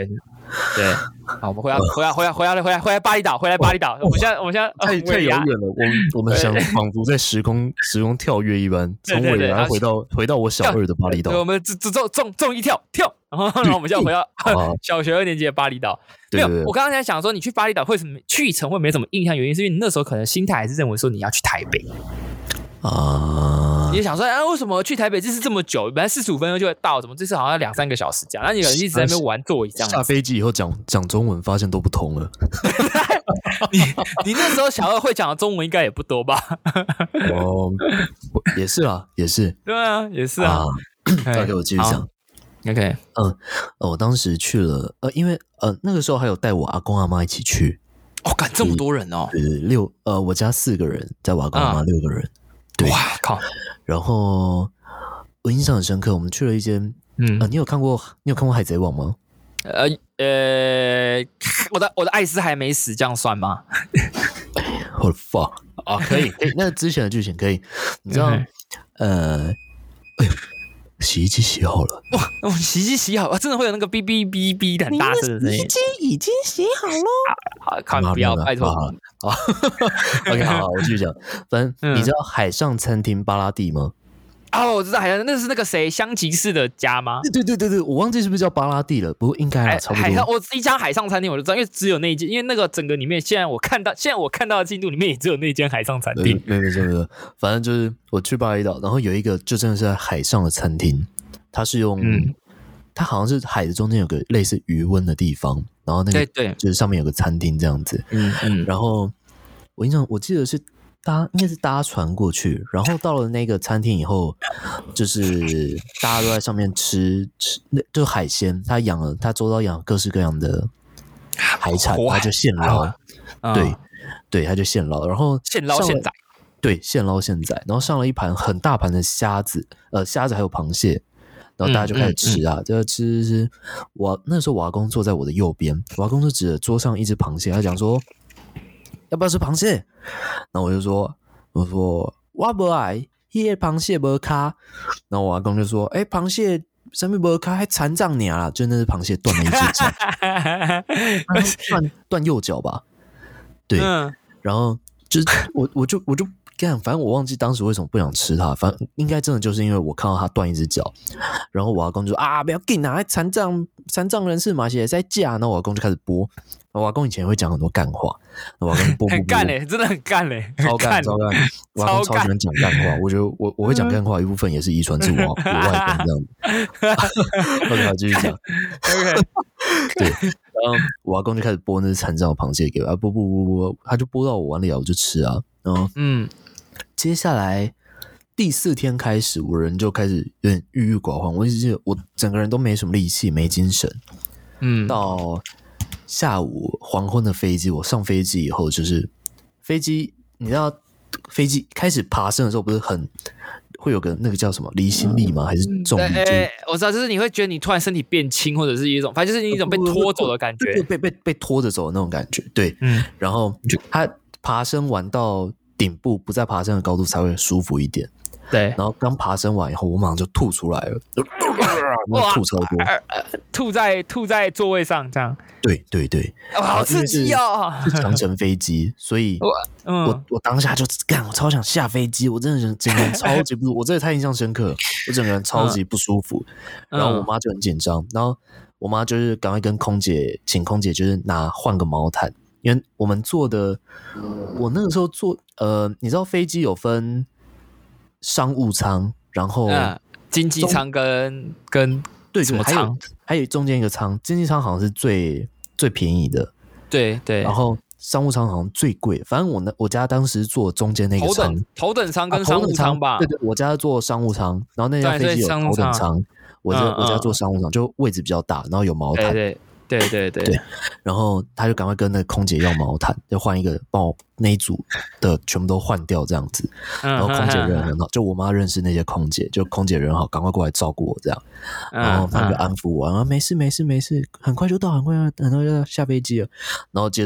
S1: 对，好，我们回来回来回来回来回来回来巴厘岛，回来巴厘岛。我们现在我们现在
S2: 太太遥远了，我们我们想仿佛在时空时空跳跃一般，从尾牙回到回到我小二的巴厘岛。
S1: 对，我们只只中中中一跳跳，然后然后我们就回到小学二年级的巴厘岛。没有，我刚刚才想说，你去巴厘岛为什么去一程会没什么印象？原因是因为你那时候可能心态还是认为说你要去台北。啊，你也想说，啊，为什么去台北这次这么久？本来四十五分钟就会到，怎么这次好像两三个小时这样？那你可能一直在那边玩座椅这样。
S2: 下飞机以后讲讲中文，发现都不通了。
S1: 你你那时候小二会讲的中文应该也不多吧？
S2: 哦，也是啦，也是。
S1: 对啊，也是啊。
S2: 再给我继续讲。
S1: OK，
S2: 嗯，呃，我当时去了，呃，因为呃那个时候还有带我阿公阿妈一起去。
S1: 哦，干这么多人哦？
S2: 对对，六呃，我家四个人，在我阿公阿妈六个人。对，
S1: 哇靠！
S2: 然后我印象很深刻，我们去了一间，嗯、呃，你有看过你有看过《海贼王》吗？
S1: 呃呃，我的我的艾斯还没死，这样算吗？
S2: 我的 fuck 啊，可以，可以，那之前的剧情可以，你知道，呃，哎呦，洗衣机洗好了，
S1: 哇，哦，洗衣机洗好，真的会有那个哔哔哔哔的很大声的声音。
S2: 洗衣机已经洗好了，
S1: 好，靠，不要，拜托。
S2: 好，OK， 好，好，我继续讲。反正、嗯、你知道海上餐厅巴拉蒂吗？
S1: 哦，我知道，海上那是那个谁香吉士的家吗？
S2: 对对对对，我忘记是不是叫巴拉蒂了，不过应该啊，差不多。
S1: 海上，我一家海上餐厅我就知道，因为只有那一间，因为那个整个里面，现在我看到，现在我看到的进度里面也只有那间海上餐厅。
S2: 没有没有没有，反正就是我去巴厘岛，然后有一个就真的是在海上的餐厅，它是用，嗯、它好像是海的中间有个类似余温的地方，然后那个对就是上面有个餐厅这样子，嗯嗯，然后。我印象，我记得是搭应该是搭船过去，然后到了那个餐厅以后，就是大家都在上面吃吃，那就海鲜，他养了，他周遭养各式各样的海产，他就现捞，啊、对对，他就现捞，然后
S1: 现捞现宰，
S2: 对，现捞现宰，然后上了一盘很大盘的虾子，呃，虾子还有螃蟹。然后大家就开始吃啊，就、嗯嗯、吃吃吃。我那时候我阿公坐在我的右边，我阿公就指着桌上一只螃蟹，他讲说。要不要吃螃蟹？然后我就说，我说我不爱，那个螃蟹没卡。然后我阿公就说，哎、欸，螃蟹上面没卡，还残障你啊！就那只螃蟹断了一只脚，断断右脚吧？对，嗯、然后就是我我就我就干，反正我忘记当时为什么不想吃它，反正应该真的就是因为我看到它断一只脚，然后我阿公就说啊，不要紧啊，残障残障人士嘛，也在架，然后我阿公就开始播。我阿公以前会讲很多干话，我阿公播
S1: 很干嘞，真的很干嘞，
S2: 超干超干，我阿公超喜欢讲干话。我觉得我我会讲干话一部分也是遗传自我我外公这样子。OK， 好，继续讲。OK， 对，然后我阿公就开始播那只残障的螃蟹给我，啊播播播播，他就播到我碗里啊，我就吃啊。然后嗯，接下来第四天开始，我人就开始有点郁郁寡欢，我一直我整个人都没什么力气，没精神。嗯，到。下午黄昏的飞机，我上飞机以后，就是飞机，你知道飞机开始爬升的时候，不是很会有个那个叫什么离心力吗？还是重力？
S1: 哎、欸，我知道，就是你会觉得你突然身体变轻，或者是一种，反正就是一种被拖走的感觉，
S2: 被被被拖着走的那种感觉。对，嗯，然后它爬升完到顶部，不再爬升的高度才会舒服一点。
S1: 对，
S2: 然后刚爬升完以后，我马上就吐出来了，
S1: 哇，
S2: 吐超多，
S1: 呃、吐在吐在座位上，这样。
S2: 对对对，
S1: 哇，好刺激哦！
S2: 是长程飞机，所以我、嗯、我我当下就干，我超想下飞机，我真的整个人超级不，我真的太印象深刻，我整个人超级不舒服。嗯、然后我妈就很紧张，然后我妈就是赶快跟空姐请空姐就是拿换个毛毯，因为我们坐的，我那个时候坐呃，你知道飞机有分。商务舱，然后、嗯、
S1: 经济舱跟跟
S2: 对
S1: 什么舱？
S2: 还有还有中间一个舱，经济舱好像是最最便宜的，
S1: 对对。
S2: 然后商务舱好像最贵，反正我呢，我家当时坐中间那个舱，
S1: 头等舱跟商务舱吧、啊。
S2: 对对，我家坐商务舱，然后那架飞机有头等舱，我家、嗯、我家坐商务舱，就位置比较大，然后有毛毯。
S1: 对对。对对 对,
S2: 对，然后他就赶快跟那个空姐要毛毯，就换一个，帮我那一组的全部都换掉这样子。然后空姐人很好，就我妈认识那些空姐，就空姐人好，赶快过来照顾我这样。然后他就安抚我，然后没事没事没事，很快就到，很快很快就下飞机了。然后接着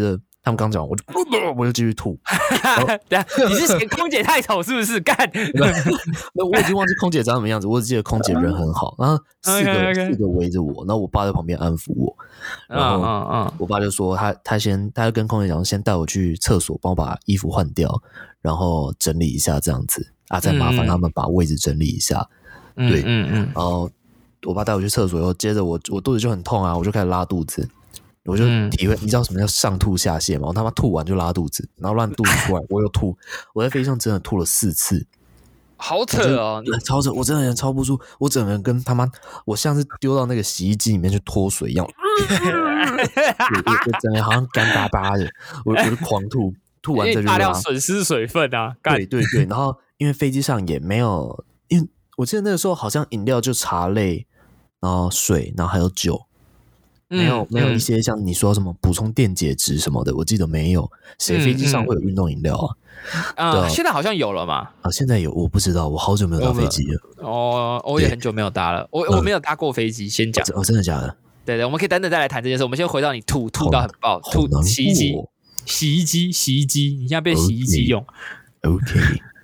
S2: 他们刚讲，我就我就继续吐。
S1: 等下，你是嫌空姐太丑是不是？干，
S2: 我已经忘记空姐长什么样子，我只记得空姐人很好，然后四个
S1: okay, okay.
S2: 四个围着我，然后我爸在旁边安抚我，然后我爸就说他他先他就跟空姐讲，先带我去厕所，帮我把衣服换掉，然后整理一下这样子啊，再麻烦他们把位置整理一下。
S1: 嗯、
S2: 对，
S1: 嗯嗯，
S2: 然后我爸带我去厕所以后，接着我我肚子就很痛啊，我就开始拉肚子。我就体会，你知道什么叫上吐下泻吗？我他妈吐完就拉肚子，然后让肚子出来，我又吐。我在飞机上真的吐了四次，
S1: 好扯哦！
S2: 超扯，我真的人超不舒服，我整个人跟他妈，我像是丢到那个洗衣机里面去脱水一样，我我整个好像干巴巴的，我我就狂吐，吐完再就拉，
S1: 大量损失水分啊！
S2: 对对对，然后因为飞机上也没有，因为我记得那个时候好像饮料就茶类，然后水，然后还有酒。没有没有一些像你说什么补充电解质什么的，我记得没有。谁飞机上会有运动饮料啊？
S1: 啊、嗯嗯，现在好像有了嘛？
S2: 啊，现在有，我不知道，我好久没有搭飞机了。
S1: 哦，我也很久没有搭了，我我没有搭过飞机。先讲，
S2: 哦，真的假的？
S1: 对对，我们可以等等再来谈这件事。我们先回到你吐吐到很爆，吐洗衣机，洗衣机，洗衣机，你现在变洗衣机用。
S2: OK，,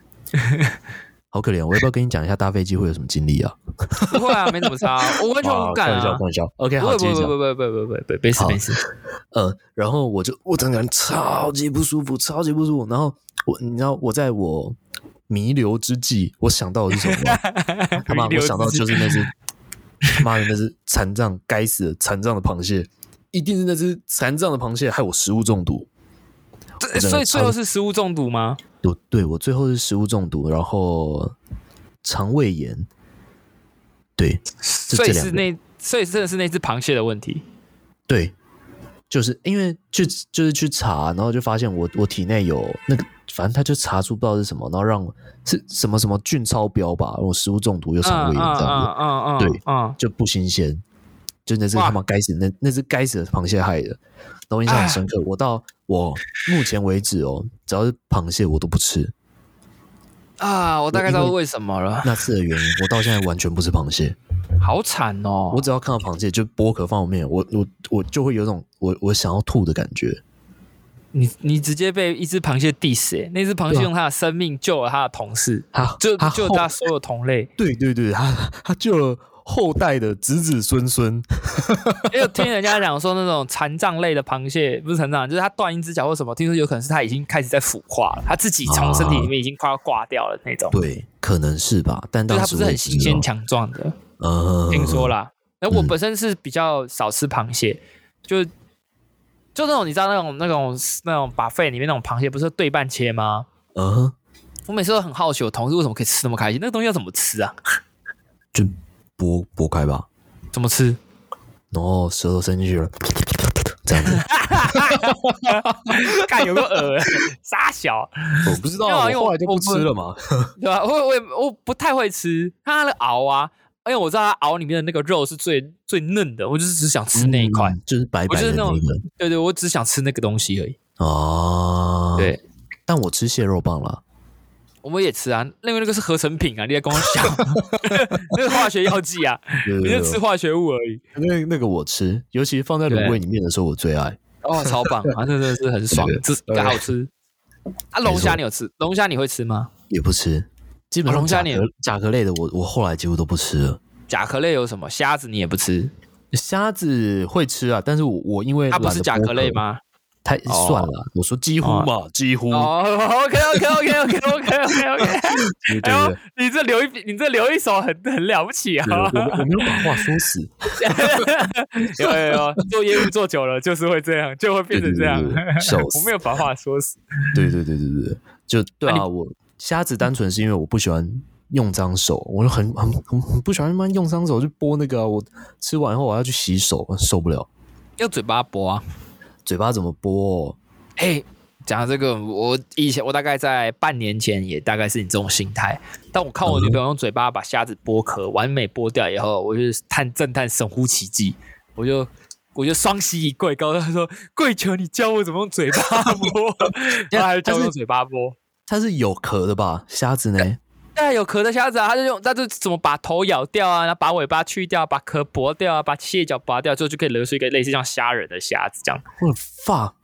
S2: okay. 好可怜，我要不要跟你讲一下搭飞机会有什么经历啊？
S1: 不会啊，没怎么差、啊，我完全无感啊。
S2: 开玩笑 ，OK， 好，接着讲。
S1: 不不不不不不不，没事没事。
S2: 呃，然后我就我整个人超级不舒服，超级不舒服。然后我，你知道我在我弥留之际，我想到的是什么吗？他妈，我想到就是那只他妈的那只残障，该死的残障的螃蟹，一定是那只残障的螃蟹害我食物中毒。
S1: 所以最后是食物中毒吗？
S2: 对，对我最后是食物中毒，然后肠胃炎。对，
S1: 所以是那，所以真的是那只螃蟹的问题。
S2: 对，就是因为去就是去查，然后就发现我我体内有那个，反正他就查出不知道是什么，然后让我是什么什么菌超标吧，我食物中毒又肠胃炎这样子。
S1: 嗯嗯嗯，
S2: 对，
S1: 嗯，
S2: 就不新鲜，就那只他妈该死那那只该死的螃蟹害的。然后印象很深刻，我到我目前为止哦，只要是螃蟹我都不吃。
S1: 啊，我大概知道为什么了。
S2: 那次的原因，我到现在完全不吃螃蟹，
S1: 好惨哦！
S2: 我只要看到螃蟹，就剥壳放我面，我我我就会有种我我想要吐的感觉。
S1: 你你直接被一只螃蟹 diss 欸，那只螃蟹用它的生命救了它的同事，
S2: 他
S1: 就救了它所有同类。
S2: 对对对，他他救了后代的子子孙孙。
S1: 因为听人家讲说，那种残障类的螃蟹不是残障，就是它断一只脚或什么，听说有可能是它已经开始在腐化了，它自己从身体里面已经快要挂掉了那种。
S2: 对，可能是吧，但当时
S1: 它不是很新鲜强壮的。
S2: 呃，
S1: 听说啦。那我本身是比较少吃螃蟹，就就那种你知道那种那种那种 buffet 里面那种螃蟹不是对半切吗？
S2: 嗯哼，
S1: 我每次都很好奇，我同事为什么可以吃那么开心？那个东西要怎么吃啊？
S2: 就剥剥开吧。
S1: 怎么吃？
S2: 然后舌头伸进去了，这样子。
S1: 看有个耳傻小，
S2: 我不知道，我后来就不吃了嘛。
S1: 对吧？我我我不太会吃，它的熬啊，因为我知道它熬里面的那个肉是最最嫩的，我就是只想吃那一块、
S2: 嗯，就是白白的那个。
S1: 对对，我只想吃那个东西而已。
S2: 哦，
S1: 对，
S2: 但我吃蟹肉棒了。
S1: 我们也吃啊，因为那个是合成品啊，你在跟我讲，那个化学药剂啊，你就吃化学物而已。
S2: 那那个我吃，尤其放在卤味里面的时候，我最爱。
S1: 哦，超棒啊，那真的是很爽，这个好吃。啊，龙虾你有吃？龙虾你会吃吗？
S2: 也不吃，基本上甲壳甲壳类的我我后来几乎都不吃了。
S1: 甲壳类有什么？虾子你也不吃？
S2: 虾子会吃啊，但是我我因为
S1: 它不是甲壳类吗？
S2: 太算了，我说几乎嘛，几乎。
S1: 哦 ，OK OK OK OK OK OK OK。哎呦，你这留一你这留一手很很了不起啊！
S2: 我我没有把话说死。
S1: 有有有，做业务做久了就是会这样，就会变成这样。我没有把话说死。
S2: 对对对对对，就对啊，我虾子单纯是因为我不喜欢用脏手，我就很很很不喜欢用脏手去剥那个、啊，我吃完后我要去洗手，受不了。
S1: 用嘴巴剥啊。
S2: 嘴巴怎么剥？
S1: 嘿，讲到这个，我以前我大概在半年前也大概是你这种心态，但我看我女朋友用嘴巴把虾子剥壳完美剥掉以后，我就叹赞叹神乎其技，我就我就双膝一跪，告诉她说：“跪求你教我怎么用嘴巴剥。”她还是教我用嘴巴剥。
S2: 它是有壳的吧？虾子呢？
S1: 对，有壳的虾子啊，他就用，他就怎么把头咬掉啊，然后把尾巴去掉，把壳剥掉啊，把蟹脚拔掉，之后就可以留出一个类似像虾仁的虾子这样。
S2: 我 fuck，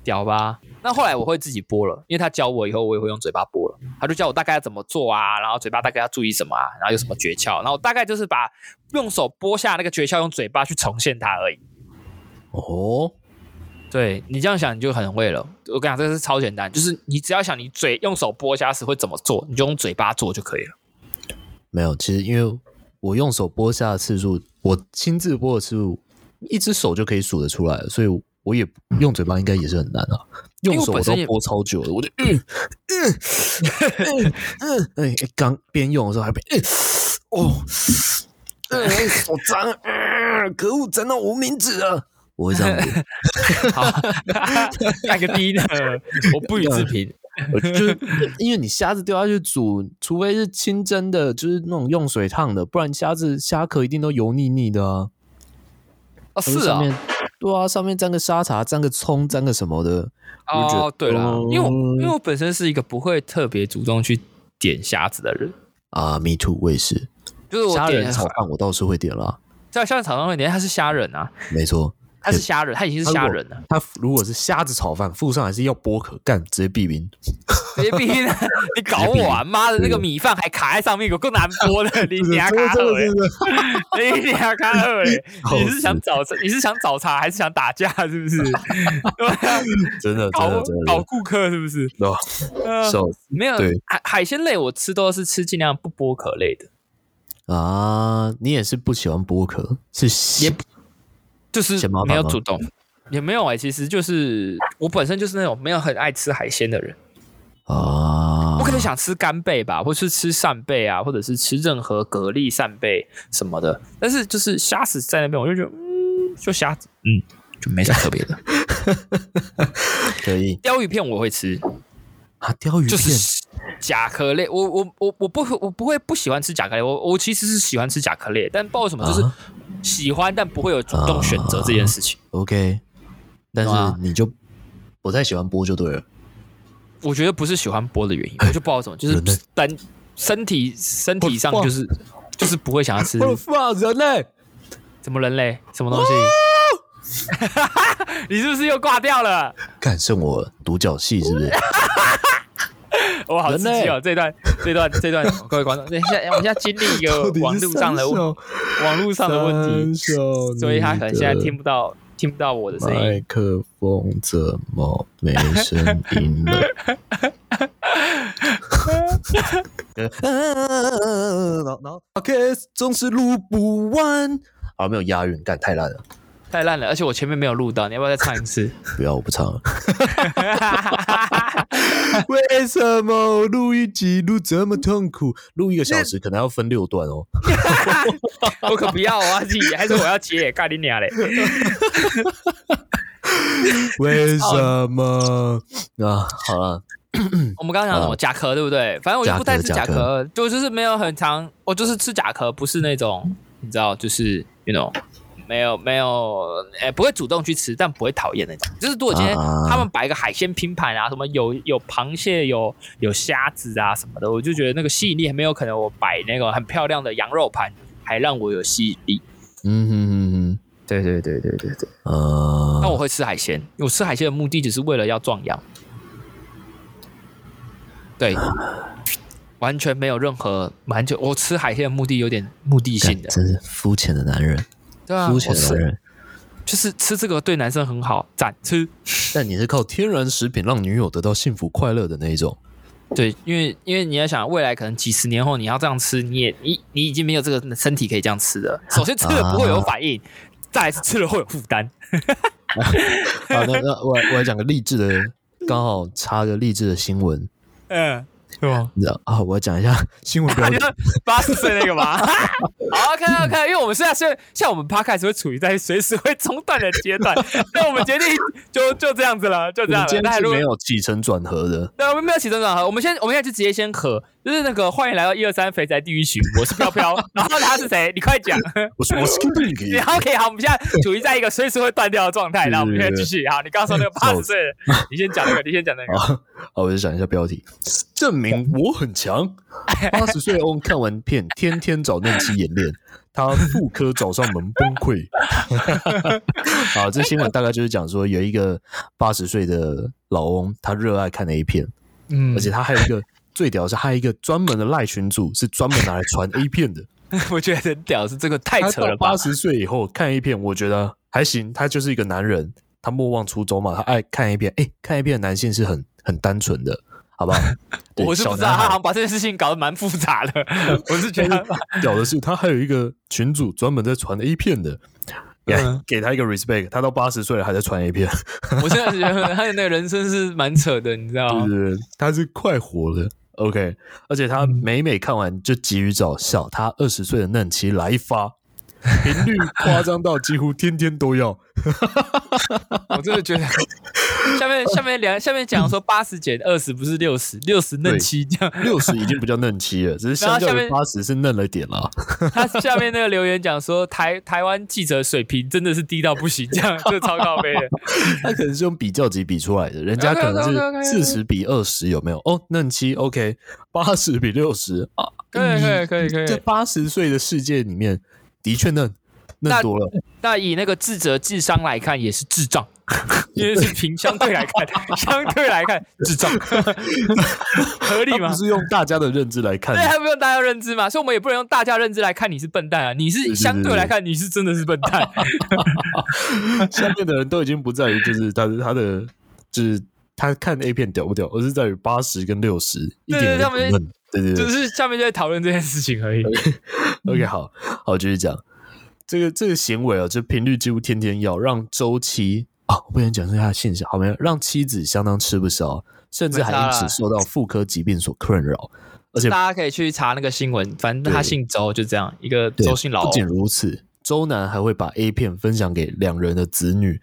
S1: 屌吧？那后来我会自己剥了，因为他教我以后，我也会用嘴巴剥了。他就教我大概要怎么做啊，然后嘴巴大概要注意什么啊，然后有什么诀窍，然后大概就是把用手剥下那个诀窍，用嘴巴去重现它而已。
S2: 哦，
S1: 对你这样想，你就很会了。我跟你讲，这个是超简单，就是你只要想你嘴用手剥虾时会怎么做，你就用嘴巴做就可以了。
S2: 没有，其实因为我用手剥虾的次数，我亲自剥的次数，一只手就可以数得出来了，所以我也用嘴巴应该也是很难啊。用手我都剥超久了，我就嗯嗯嗯嗯，刚边用的时候还被嗯哦，嗯手脏，嗯，可恶，沾到无名指了。我会这样子，
S1: 好，盖个低呢，我不予置评。
S2: 就是因为你虾子丢下去煮，除非是清蒸的，就是那种用水烫的，不然虾子虾壳一定都油腻腻的啊。
S1: 哦，是啊，
S2: 对啊，上面沾个沙茶，沾个葱，沾个什么的。
S1: 哦，对啦，因为我因为我本身是一个不会特别主动去点虾子的人
S2: 啊 ，me too， 我也是。
S1: 就是我
S2: 虾仁炒饭我倒是会点啦，
S1: 在虾仁炒饭会点，他是虾仁啊，
S2: 没错。
S1: 他是虾仁，他已经是虾仁了。
S2: 他如果是虾子炒饭，附上还是要剥壳，干直接避冰，
S1: 直接避冰！你搞我啊！妈的，那个米饭还卡在上面，有够难剥的，你俩卡二哎，你俩卡二哎！你是想找你是想找茬还是想打架？是不是？
S2: 真的，
S1: 搞
S2: 真的
S1: 搞顾客是不是？
S2: 哦，
S1: 没有海海鲜类，我吃都是吃尽量不剥壳类的
S2: 啊。你也是不喜欢剥壳，是
S1: 也。就是没有主动，也没有哎、欸，其实就是我本身就是那种没有很爱吃海鲜的人啊。我可能想吃干贝吧，或是吃扇贝啊，或者是吃任何蛤蜊、扇贝什么的。但是就是虾子在那边，我就觉得嗯，就虾子，嗯，就没啥特别的。
S2: 可以，
S1: 鲷鱼片我会吃
S2: 啊，鲷鱼片
S1: 就是甲壳类，我我我我不我不会不喜欢吃甲壳类，我我其实是喜欢吃甲壳类，但不知道为什么就是。啊喜欢但不会有主动选择这件事情、
S2: 啊、OK， 但是你就不太喜欢剥就对了。
S1: 我觉得不是喜欢剥的原因，我就不知道什么，就是单身体身体上就是就是不会想要吃。
S2: 人类？
S1: 什么人类？什么东西？你是不是又挂掉了？
S2: 干剩我独角戏是不是？
S1: 我好刺激哦！这段、这段、这段，各位观众，等一下，我们现在经历一个网络上的网络上的问题，所以他可能现在听不到听不到我的声音。
S2: 麦克风怎么没声音了？然后 ，podcast 总是录不完，好没有押韵，干太烂了。
S1: 太烂了，而且我前面没有录到，你要不要再唱一次？
S2: 不要，我不唱了。为什么录一集录这么痛苦？录一个小时可能要分六段哦。
S1: 我可不要，我要接，还是我要接？干你娘嘞！
S2: 为什么啊？好了，
S1: 我们刚刚讲什么甲壳，对不对？反正我就不太吃甲壳，就就是没有很常，我就是吃甲壳，不是那种你知道，就是 you know。没有没有，哎，不会主动去吃，但不会讨厌那种。就是如果今天他们摆一个海鲜拼盘啊，什么有有螃蟹、有有虾子啊什么的，我就觉得那个吸引力还没有可能我摆那个很漂亮的羊肉盘还让我有吸引力。
S2: 嗯哼哼哼，
S1: 对对对对对对。
S2: 呃，
S1: 那我会吃海鲜，因为我吃海鲜的目的只是为了要壮阳。对。完全没有任何完全，我吃海鲜的目的有点目的性的，
S2: 真是肤浅的男人。
S1: 对啊，
S2: 肤浅的男人
S1: 就是吃这个对男生很好，赞吃。
S2: 但你是靠天然食品让女友得到幸福快乐的那一种。
S1: 对，因为因为你要想未来可能几十年后你要这样吃，你也你你已经没有这个身体可以这样吃了。首先吃了不会有反应，啊、再来是吃了会有负担。
S2: 好，那那我我来讲个励志的，刚好插个励志的新闻。
S1: 嗯。对吗？
S2: 你知道啊？我要讲一下新闻标题，
S1: 八十岁那个吗？好 ，OK OK，因为我们现在是像我们 Podcast 会处于在随时会中断的阶段，那我们决定就就这样子了，就这样了。
S2: 今天是没有起承转合的，
S1: 对，我们没有起承转合，我们先我们现在就直接先合，就是那个欢迎来到一二三肥宅地狱群，我是飘飘，然后他是谁？你快讲。
S2: 我是我是 King，
S1: 然后 OK， 好，我们现在处于在一个随时会断掉的状态，那我们现在继续。好，你刚刚说那个八十岁，你先讲那个，你先讲那个。
S2: 好，我就讲一下标题，证明我很强。八十岁翁看完片，天天找嫩妻演练， 他妇科找上门崩溃。好，这新闻大概就是讲说，有一个八十岁的老翁，他热爱看 A 片，嗯，而且他还有一个最屌的是，还有一个专门的赖群组，是专门拿来传 A 片的。
S1: 我觉得很屌，是这个太扯了吧？
S2: 八十岁以后看 A 片，我觉得还行，他就是一个男人，他莫忘初衷嘛，他爱看 A 片。哎，看 A 片的男性是很很单纯的。好不好？
S1: 我是不知道，他好像把这件事情搞得蛮复杂的。我是觉得
S2: 屌的是，他还有一个群组专门在传 A 片的，嗯、给他一个 respect。他到八十岁了还在传 A 片，
S1: 我现在觉得他的那个人生是蛮扯的，你知道吗？
S2: 对对对，他是快活的。OK， 而且他每每看完就急于找笑，他二十岁的嫩妻来一发。频率夸张到几乎天天都要，
S1: 我真的觉得下面下面两下面讲说八十减二十不是六十，六十嫩妻这样，
S2: 六十已经不叫嫩妻了，只是相较于八十是嫩了点了。
S1: 他下面那个留言讲说台台湾记者水平真的是低到不行，这样这超高杯的。
S2: 他可能是用比较级比出来的，人家可能是四十比二十有没有？哦，嫩妻 OK， 八十比六十啊，
S1: 可以可以可以可以，
S2: 在八十岁的世界里面。的确嫩嫩多了，
S1: 那, 那以那个智者智商来看，也是智障，因为是凭相对来看，相对来看智障，合理吗？
S2: 不是用大家的认知来看，
S1: 对，还不用大家认知嘛，所以我们也不能用大家认知来看你是笨蛋啊，你是相对来看你是真的是笨蛋。
S2: 下面的人都已经不在于就是他他的就是他看 A 片屌不屌，而是在于八十跟六十一点都不嫩。对对对，
S1: 只是下面就在讨论这件事情而已。
S2: OK，, okay 好好继续讲这个这个行为啊，这频率几乎天天要让周妻啊，我不想讲出他的现象，好没有？让妻子相当吃不消，甚至还因此受到妇科疾病所困扰。而且
S1: 大家可以去查那个新闻，反正他姓周，就这样一个周姓老。
S2: 不仅如此，周男还会把 A 片分享给两人的子女。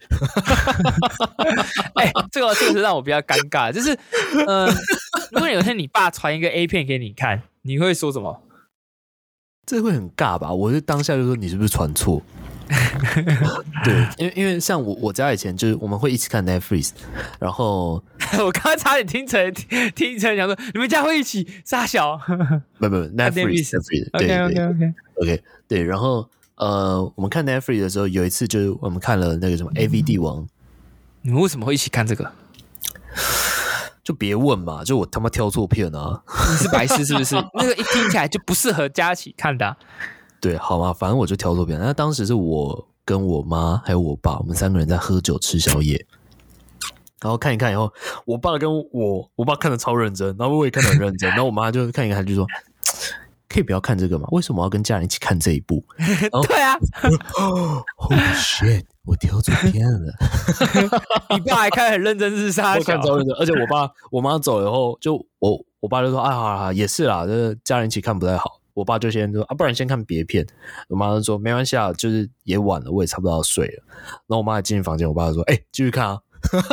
S1: 哎、欸，这个这个是让我比较尴尬，就是，呃，如果有一天你爸传一个 A 片给你看，你会说什么？
S2: 这会很尬吧？我就当下就说你是不是传错？对，因为因为像我我家以前就是我们会一起看 Netflix， 然后
S1: 我刚刚差点听成听成讲说你们家会一起傻小，
S2: 不不 Netflix， Netflix， 对对
S1: OK OK OK
S2: OK 对，然后。呃，我们看 Netflix 的时候，有一次就是我们看了那个什么 A V 帝王。
S1: 你们为什么会一起看这个？
S2: 就别问嘛，就我他妈挑错片啊！
S1: 你是白痴是不是？那个一听起来就不适合家一起看的、啊。
S2: 对，好嘛，反正我就挑错片。那当时是我跟我妈还有我爸，我们三个人在喝酒吃宵夜。然后看一看以后，我爸跟我我爸看得超认真，然后我也看得很认真，然后我妈就看一看就说。可以不要看这个吗？为什么要跟家人一起看这一部？
S1: 对啊
S2: ，Holy shit！ 我挑错片了。
S1: 你爸还看很认真是啥？
S2: 我看超认真，而且我爸我妈走了以后，就我我爸就说：“啊，好好，也是啦，这家人一起看不太好。”我爸就先说：“啊，不然先看别片。”我妈就说：“没关系啊，就是也晚了，我也差不多要睡了。”然后我妈进房间，我爸就说：“哎、欸，继续看啊。”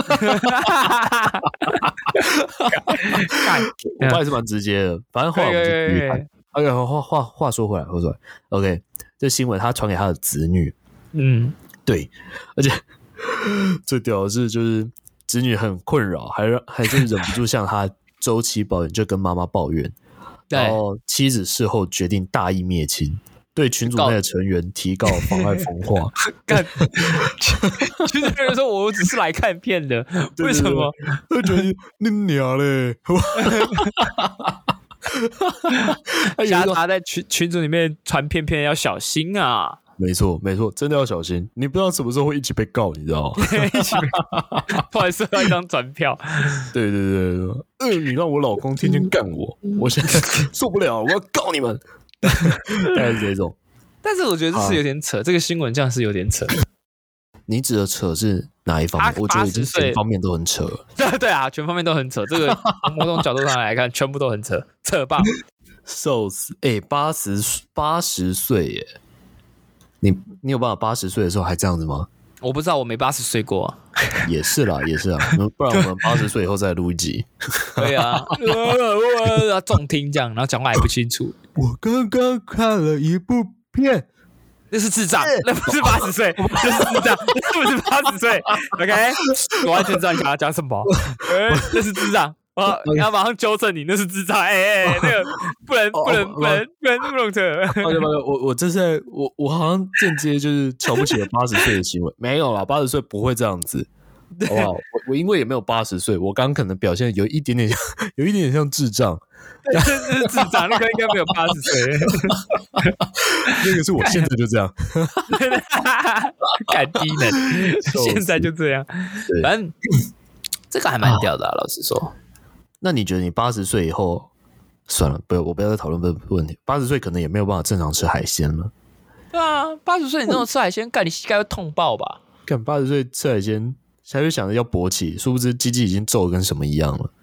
S2: 我爸也是蛮直接的，反正后来我们就继续看。OK， 话话话说回来，话说回来 ，OK， 这新闻他传给他的子女，
S1: 嗯，
S2: 对，而且最屌的是，就是子女很困扰，还还就是忍不住向他周妻抱怨，就跟妈妈抱怨，然后妻子事后决定大义灭亲，对群组内的成员提告妨碍风化。
S1: 干，群组人说我只是来看片的，为什么？
S2: 他觉得你娘嘞。
S1: 瞎他在群群组里面传片片要小心啊！
S2: 没错，没错，真的要小心。你不知道什么时候会一起被告，你知道吗？
S1: 一起被告，突然收到一张转票。
S2: 对对对对，呃，你让我老公天天干我，我现在受不了，我要告你们。大概是这种。
S1: 但是我觉得这是有点扯，这个新闻这样是有点扯。
S2: 你指的扯是哪一方面？我觉得已经全方面都很扯。
S1: 对对啊，全方面都很扯。这个从某种角度上来看，全部都很扯，扯爆。
S2: 受死！哎，八十八十岁耶！你你有办法八十岁的时候还这样子吗？
S1: 我不知道，我没八十岁过、啊。
S2: 也是啦，也是啦，不然我们八十岁以后再录一集。
S1: 可以啊，重听这样，然后讲话也不清楚。
S2: 我刚刚看了一部片。
S1: 那是智障，那不是八十岁，那是智障，那不是八十岁。OK， 我完全知道你想要讲什么。欸、那是智障。 我要马上纠正你，那是智障。哎、欸、哎、欸，那个不能不能不能不能弄扯。
S2: 我我这是我我好像间接就是瞧不起了八十岁的行为，没有啦，八十岁不会这样子，好不好？我我因为也没有八十岁，我刚刚可能表现有一点点像，有一点点像智障。
S1: 那是智障，那个应该没有八十岁。
S2: 那个是我现在就这样，
S1: 干低能，现在就这样。反正这个还蛮屌的、啊，老实说。
S2: 那你觉得你八十岁以后，算了，不要我不要再讨论这个问题。八十岁可能也没有办法正常吃海鲜了。
S1: 对啊，八十岁你这种吃海鲜，干你膝盖会痛爆吧？
S2: 干八十岁吃海鲜。才会想着要勃起，殊不知鸡鸡已经皱得跟什么一样了。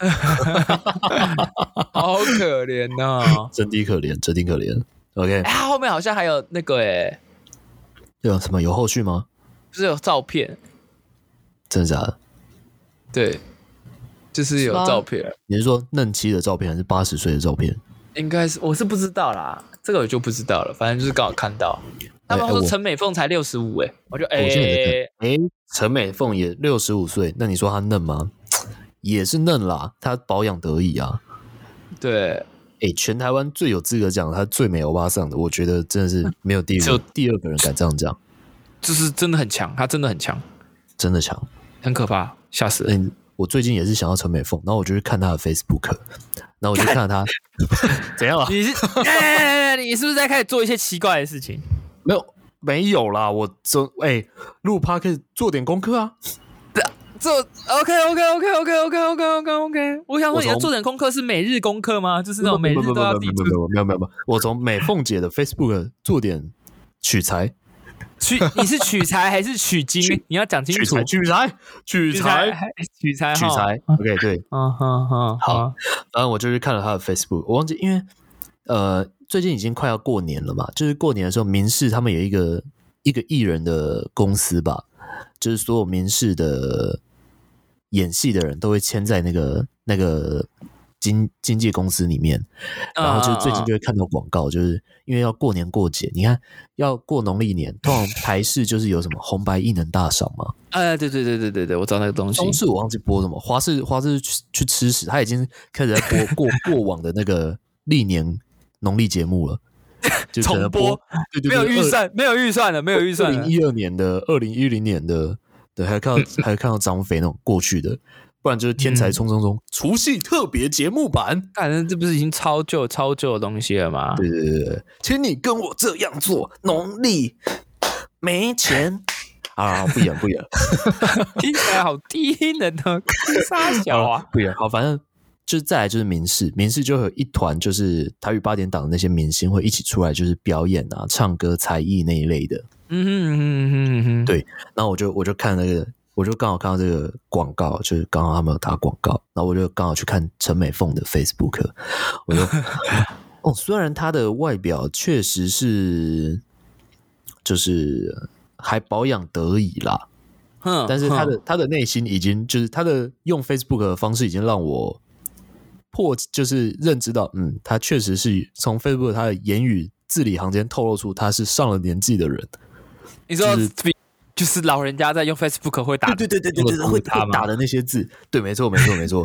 S1: 好可怜哦，
S2: 真的可怜，真的可怜。OK，
S1: 哎、欸，后面好像还有那个哎、欸，
S2: 有什么有后续吗？
S1: 就是有照片，
S2: 真的假的？
S1: 对，就是有照片。
S2: 你是说嫩妻的照片，还是八十岁的照片？
S1: 应该是，我是不知道啦，这个我就不知道了。反正就是刚好看到，他们说陈美凤才六十五，哎，我就哎
S2: 哎，陈美凤也六十五岁，那你说她嫩吗？也是嫩啦，她保养得宜啊。
S1: 对，
S2: 哎，全台湾最有资格讲她最美欧巴桑的，我觉得真的是没有第二第二个人敢这样讲，
S1: 就是真的很强，她真的很强，
S2: 真的强，
S1: 很可怕，吓死人。
S2: 我最近也是想要陈美凤，然后我就去看她的 Facebook， 然后我就看她怎样了？
S1: 你是、欸、你是不是在开始做一些奇怪的事情？
S2: 没有，没有啦，我做哎录 Podcast 做点功课啊。
S1: 做 OK OK OK OK OK OK OK OK， 我想说你要做点功课是每日功课吗？就是那种每日都要自己做。
S2: 没有没有没有没有，我从美凤姐的 Facebook 做点取材。
S1: 取你是取材还是取经？你要讲清楚。
S2: 取材，取材，
S1: 取材，
S2: 取材。OK， 对，
S1: 嗯哼哼，
S2: 好。然后我就去看了他的 Facebook， 我忘记，因为呃，最近已经快要过年了嘛，就是过年的时候，民视他们有一个一个艺人的公司吧，就是所有民视的演戏的人都会签在那个那个。经经纪公司里面，然后就最近就会看到广告，就是因为要过年过节，你看要过农历年，通常台视就是有什么红白艺能大赏嘛，
S1: 哎，对对对对对对，我知道那个东西。
S2: 中视我忘记播什么，华视华视去去吃屎，他已经开始在播过过往的那个历年农历节目了，就可能播，对对对，
S1: 没有预算，没有预算了，没有预算了。
S2: 二零一二年的、二零一零年的，对，还看到还有看到张飞那种过去的。不然就是天才冲冲冲、嗯、除夕特别节目版，
S1: 反正这不是已经超旧超旧的东西了吗？
S2: 对对对对，请你跟我这样做，农历没钱啊！不演不演，
S1: 听起来好低能哦，傻小啊！
S2: 不演好，反正就是再来就是民视，民视就会有一团就是台语八点档的那些明星会一起出来，就是表演啊、唱歌、才艺那一类的。
S1: 嗯哼嗯哼嗯哼，
S2: 对，然后我就我就看那个。我就刚好看到这个广告，就是刚好他们有打广告，然后我就刚好去看陈美凤的 Facebook， 我就哦，虽然她的外表确实是就是还保养得宜啦，但是她的她的内心已经就是她的用 Facebook 的方式已经让我破，就是认知到，嗯，她确实是从 Facebook 她的言语字里行间透露出她是上了年纪的人。
S1: 你说、就是。就是老人家在用 Facebook 会打，
S2: 对对对对对对，会打的那些字，对，没错没错没错，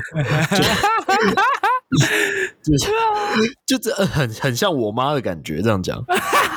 S2: 就就就这很很像我妈的感觉，这样讲。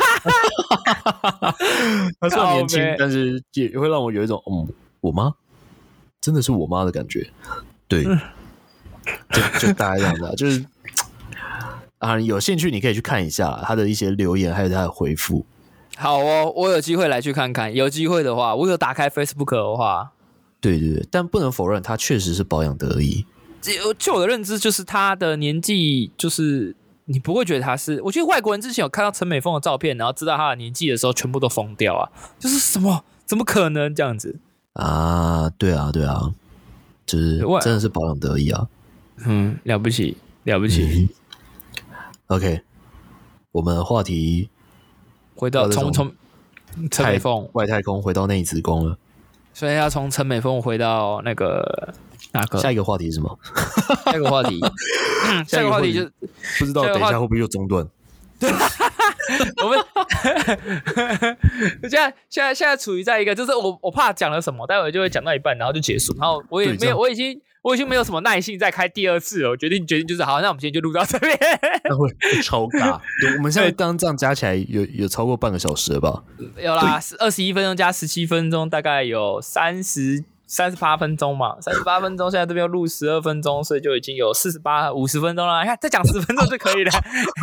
S2: 她虽然年轻，但是也会让我有一种，嗯，我妈真的是我妈的感觉，对，就就大概这样子，就是啊，有兴趣你可以去看一下她的一些留言，还有她的回复。
S1: 好哦，我有机会来去看看。有机会的话，我有打开 Facebook 的话，
S2: 对对对，但不能否认，他确实是保养得宜。
S1: 就我的认知，就是他的年纪，就是你不会觉得他是。我觉得外国人之前有看到陈美凤的照片，然后知道他的年纪的时候，全部都疯掉啊！就是什么？怎么可能这样子
S2: 啊？对啊，对啊，就是真的是保养得宜啊。
S1: 嗯，了不起，了不起。
S2: 嗯、OK， 我们的话题。
S1: 回到从从陈美凤
S2: 外太空回到内子宫了，
S1: 所以要从陈美凤回到那个哪个？
S2: 下一个话题是什么？
S1: 下一个话题，下一个话题就
S2: 不知道，等一下会不会又中断？
S1: 我们现在现在现在处于在一个，就是我我怕讲了什么，待会就会讲到一半，然后就结束，然后我也没有，我已经我已经没有什么耐性再开第二次了。我决定决定就是好，那我们今天就录到这边。
S2: 那会超尬。我们现在刚刚这样加起来有有超过半个小时了吧？
S1: 有啦，二十一分钟加十七分钟，大概有三十。三十八分钟嘛，三十八分钟，现在这边录十二分钟，所以就已经有四十八、五十分钟了。你看，再讲十分钟就可以了。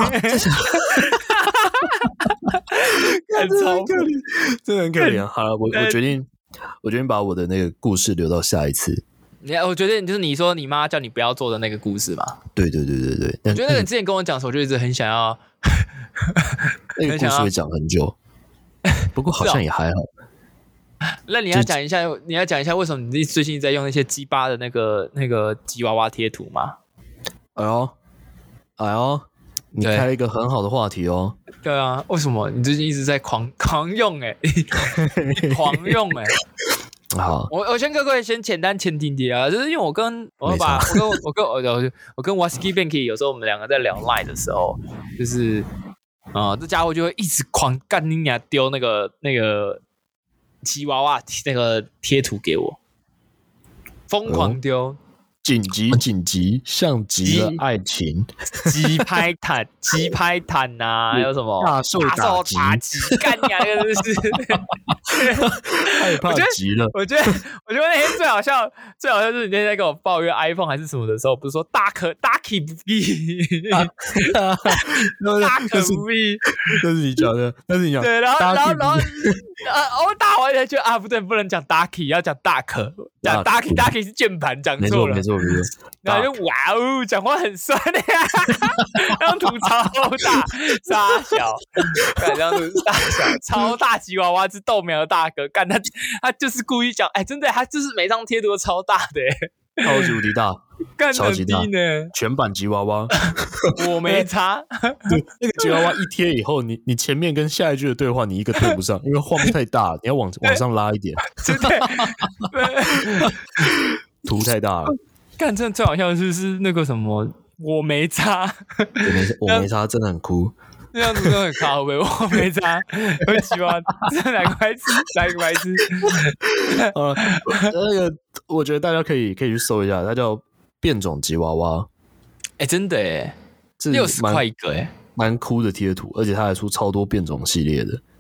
S2: 很可怜，真的很可怜。好了，我我决定，我决定把我的那个故事留到下一次。
S1: 你，我觉得就是你说你妈叫你不要做的那个故事嘛。
S2: 对对对对对。
S1: 我觉得那个之前跟我讲的时候，我就一直很想要。
S2: 那个故事会讲很久，不过好像也还好。
S1: 那你要讲一下，你要讲一下为什么你最近在用那些鸡巴的那个那个吉娃娃贴图吗？
S2: 哎呦，哎呦，你开了一个很好的话题哦。
S1: 对啊，为什么你最近一直在狂狂用、欸？哎，狂用哎、欸！
S2: 好，
S1: 我我先各位先简单前提题啊，就是因为我跟我把我跟我跟我我跟 Wasky Banky 有时候我们两个在聊 Line 的时候，就是啊、呃，这家伙就会一直狂干你娘丢那个那个。吉娃娃那个贴图给我，疯狂丢，
S2: 紧急紧急，像极了爱情，
S1: 鸡拍坦，鸡拍坦呐，还有什么
S2: 大受打击，
S1: 干呀，那个真是
S2: 害怕极了。
S1: 我觉得，我觉得那天最好笑，最好笑是你那天在跟我抱怨 iPhone 还是什么的时候，不是说大可大 key 不必，大可不必，
S2: 那是你讲的，那是你讲。
S1: 对，然后然后然后呃，我打完了就啊，不对，不能讲 Ducky， 要讲大可，讲 Ducky，Ducky 是键盘，讲错了，
S2: 没错没错没错。
S1: 然后就哇哦，讲话很酸的呀，那张图超大，傻小，干这张图大小超大吉娃娃是豆苗的大哥，干他他就是故意讲，哎，真的，他就是每张贴图都超大的，
S2: 超级无敌大。
S1: 超级大呢，
S2: 全版吉娃娃，
S1: 我没差。
S2: 对，那个吉娃娃一贴以后，你你前面跟下一句的对话，你一个对不上，因为画面太大，你要往往上拉一点。
S1: 真的，
S2: 图太大了。
S1: 干，真的最好笑的是是那个什么，我没差，
S2: 我没我没差，真的很酷。
S1: 那样子真的很靠北，我没差，我喜欢这哪个白痴，哪个白痴。
S2: 呃，那个我觉得大家可以可以去搜一下，它叫变种吉娃娃。
S1: 哎、欸，真的哎，六十块一个哎，
S2: 蛮酷的贴图，而且它还出超多变种系列的。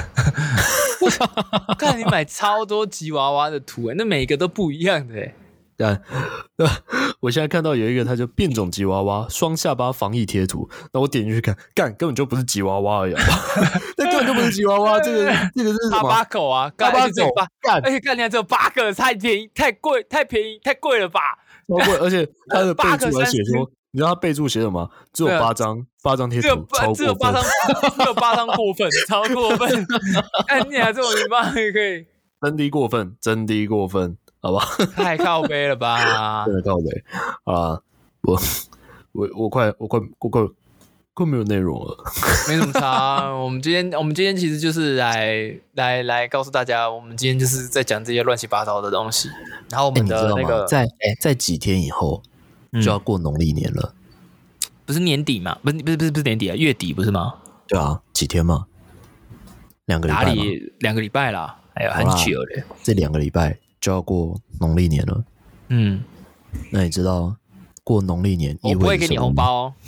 S1: 看你买超多吉娃娃的图哎，那每一个都不一样的哎。
S2: 干，我现在看到有一个，它叫变种吉娃娃双下巴防疫贴图，那我点进去看，干根本就不是吉娃娃而已，那根本就不是吉娃娃，这个这个是什么？
S1: 哈巴狗啊，
S2: 哈巴狗，
S1: 干，而且干，你还只有八个，太便宜，太贵，太便宜，太贵了吧？
S2: 超贵，而且它的备注还写说，你知道它备注写什么？只有八张，八张贴图，超过分，
S1: 只有八张，只有八张过分，超过分，哎，你还这么明白也可以，
S2: 真的过分，真的过分。好吧，
S1: 太靠背了吧？
S2: 真的靠背啊！我我我快我快我快快没有内容了，
S1: 没什么差。我们今天我们今天其实就是来来来告诉大家，我们今天就是在讲这些乱七八糟的东西。然后我们的那个、
S2: 欸、在哎在几天以后就要过农历年了、
S1: 嗯，不是年底吗？不是不是不是不是年底啊，月底不是吗？
S2: 对啊，几天嘛？两个礼拜吗？
S1: 哪里两个礼拜啦？哎呀，很久了，
S2: 这两个礼拜。就要过农历年了，
S1: 嗯，
S2: 那你知道过农历年意味着什么？
S1: 我不会给你红包哦。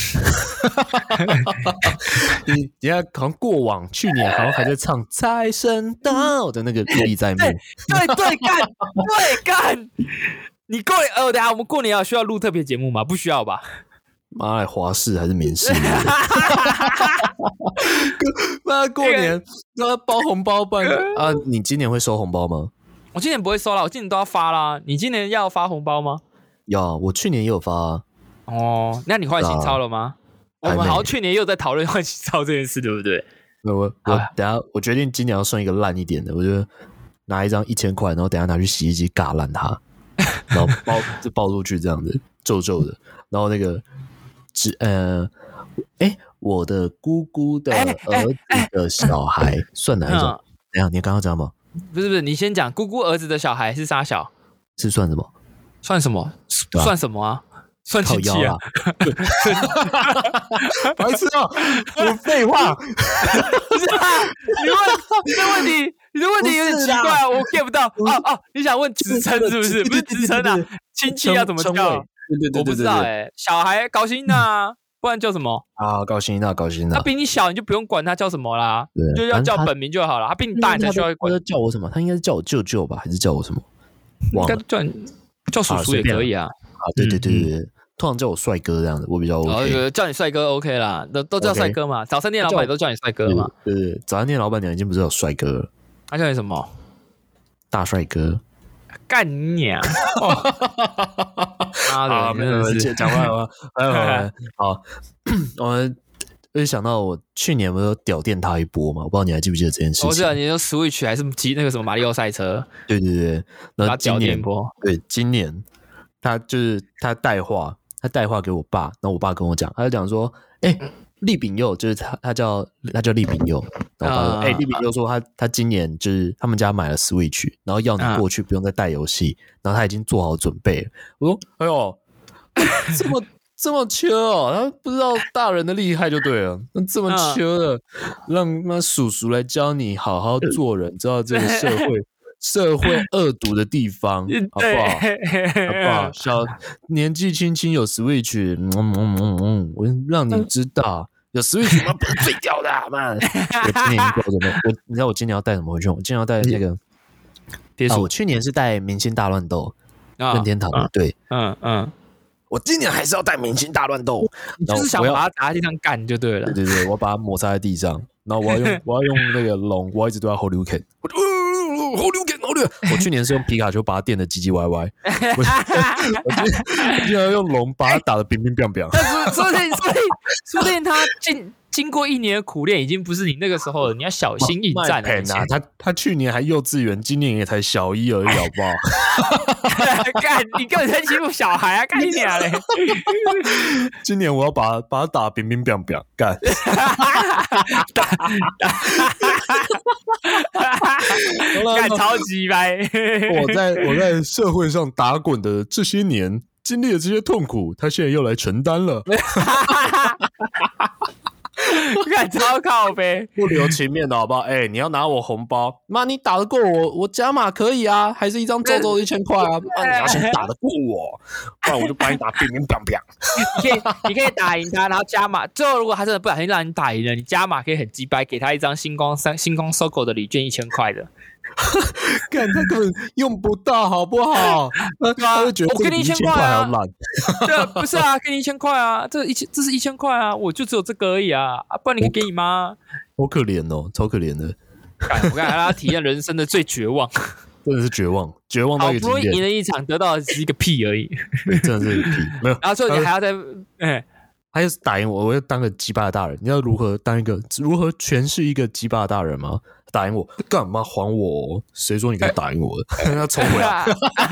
S2: 你你看，好像过往去年好像还在唱财神到的那个历历在目，
S1: 对对对，干对干。你过年呃，等一下我们过年要需要录特别节目吗？不需要吧？
S2: 妈来华视还是民视？妈过年要包红包办啊！你今年会收红包吗？
S1: 我今年不会收啦，我今年都要发啦。你今年要发红包吗？
S2: 要，我去年也有发啊。
S1: 哦，那你换新钞了吗？我们好像去年也有在讨论换新钞这件事，对不对？
S2: 我我我等一下，我决定今年要算一个烂一点的，我就拿一张一千块，然后等一下拿去洗衣机嘎烂它，然后包就包出去这样子，皱皱的。然后那个只呃，哎，我的姑姑的儿子的小孩算哪一种？等一下，你刚刚讲吗？
S1: 不是不是，你先讲姑姑儿子的小孩是啥小？
S2: 是算什么？
S1: 算什么？算什么啊？ 算亲戚啊？
S2: 白痴啊！我废话，
S1: 不是啊？你问你的问题，你的问题有点奇怪啊，我 get 不到。哦哦，你想问职称是不是？不是职称啊，亲戚要怎么叫？
S2: 对对对，
S1: 我不知道哎。小孩高兴呐，不然叫什么
S2: 啊？高兴呐，高兴呐。
S1: 他比你小，你就不用管他叫什么啦，就要叫本名就好了。他比你大，你才需要管。
S2: 他叫我什么？他应该是叫我舅舅吧，还是叫我什么？
S1: 应该叫叫叔叔也可以啊。
S2: 啊，对对对对对，通常叫我帅哥这样子，我比较 OK。
S1: 叫你帅哥 OK 啦，都都叫帅哥嘛。早餐店老板都叫你帅哥嘛。
S2: 对对，早餐店老板娘已经不是有帅哥了，
S1: 他叫你什么？
S2: 大帅哥。
S1: 干你娘！
S2: 啊，没有没有，讲回来吧，来来来，好，我们我就想到我去年不是有屌电他一波嘛，我不知道你还记不记得这件事情？
S1: 我知道你说 Switch 还是骑那个什么马里奥赛车？
S2: 对对对，然后今年
S1: 波，
S2: 对今年他就是他带话，他带话给我爸，然后我爸跟我讲，他就讲说，哎、欸。利炳佑就是他，他叫他叫利炳佑。然后他说：“哎、uh, 欸，利炳佑说他他今年就是他们家买了 Switch， 然后要你过去不用再带游戏， uh, 然后他已经做好准备了。”我说：“哎呦，这么这么缺哦，他不知道大人的厉害就对了。那这么缺的， uh, 让那叔叔来教你好好做人，知道这个社会。”社会恶毒的地方，好不好？好不好？小年纪轻轻有 Switch， 嗯嗯嗯嗯，我让你知道，有 Switch 嘛不是最屌的、啊，妈！我今年不知道怎么，我你知道我今年要带什么回去？我今年要带那个，啊，我去年是带明星大乱斗，任天堂的，对，
S1: 嗯嗯，
S2: 我今年还是要带明星大乱斗，
S1: 你就是想把它砸在地上干就对了，
S2: 对对对，我把它摩擦在地上，然后我要用我要用那个龙，我要一直对它 hold you can， 我就。好溜感，好溜！我去年是用皮卡丘把它电得唧唧歪歪，我我竟然用龙把它打得冰冰冰冰。
S1: 但是说不定，说不定，说不定他经经过一年的苦练，已经不是你那个时候了。你要小心应战
S2: 啊！他他去年还幼稚园，今年也才小一而已，好不好？
S1: 干，你根本在欺负小孩啊！干你娘嘞！
S2: 今年我要把把他打冰冰冰冰，干！
S1: 打打！干超级白！
S2: 我在我在社会上打滚的这些年，经历了这些痛苦，他现在又来承担了。
S1: 干超靠呗，
S2: 不留情面的好不好？哎、欸，你要拿我红包，妈，你打得过我，我加码可以啊，还是一张皱皱的一千块啊？啊，你要先打得过我，不然我就把你打乒乒乓乓。
S1: 你可以，你可以打赢他，然后加码。最后如果他真的不小心让你打赢了，你加码可以很鸡掰，给他一张星光三星光搜狗的礼券一千块的。
S2: 干他根本用不到，好不好？他会觉得
S1: 我给你一千块
S2: 还要烂。
S1: 对啊，不是啊，给你一千块啊，这一千这是一千块啊，我就只有这个而已啊，啊，不然你可以给你妈。
S2: 好可怜哦，超可怜的。
S1: 我刚才让他体验人生的最绝望，
S2: 真的是绝望，绝望到一个极点。
S1: 好不容易赢了一场，得到的只是一个屁而已，
S2: 真的是一个屁，没有。
S1: 然后最后你还要再，哎。
S2: 他要是打赢我，我要当个鸡巴的大人。你要如何当一个如何诠释一个鸡巴的大人吗？打赢我干嘛还我？谁说你可以打赢我的？他抽回来。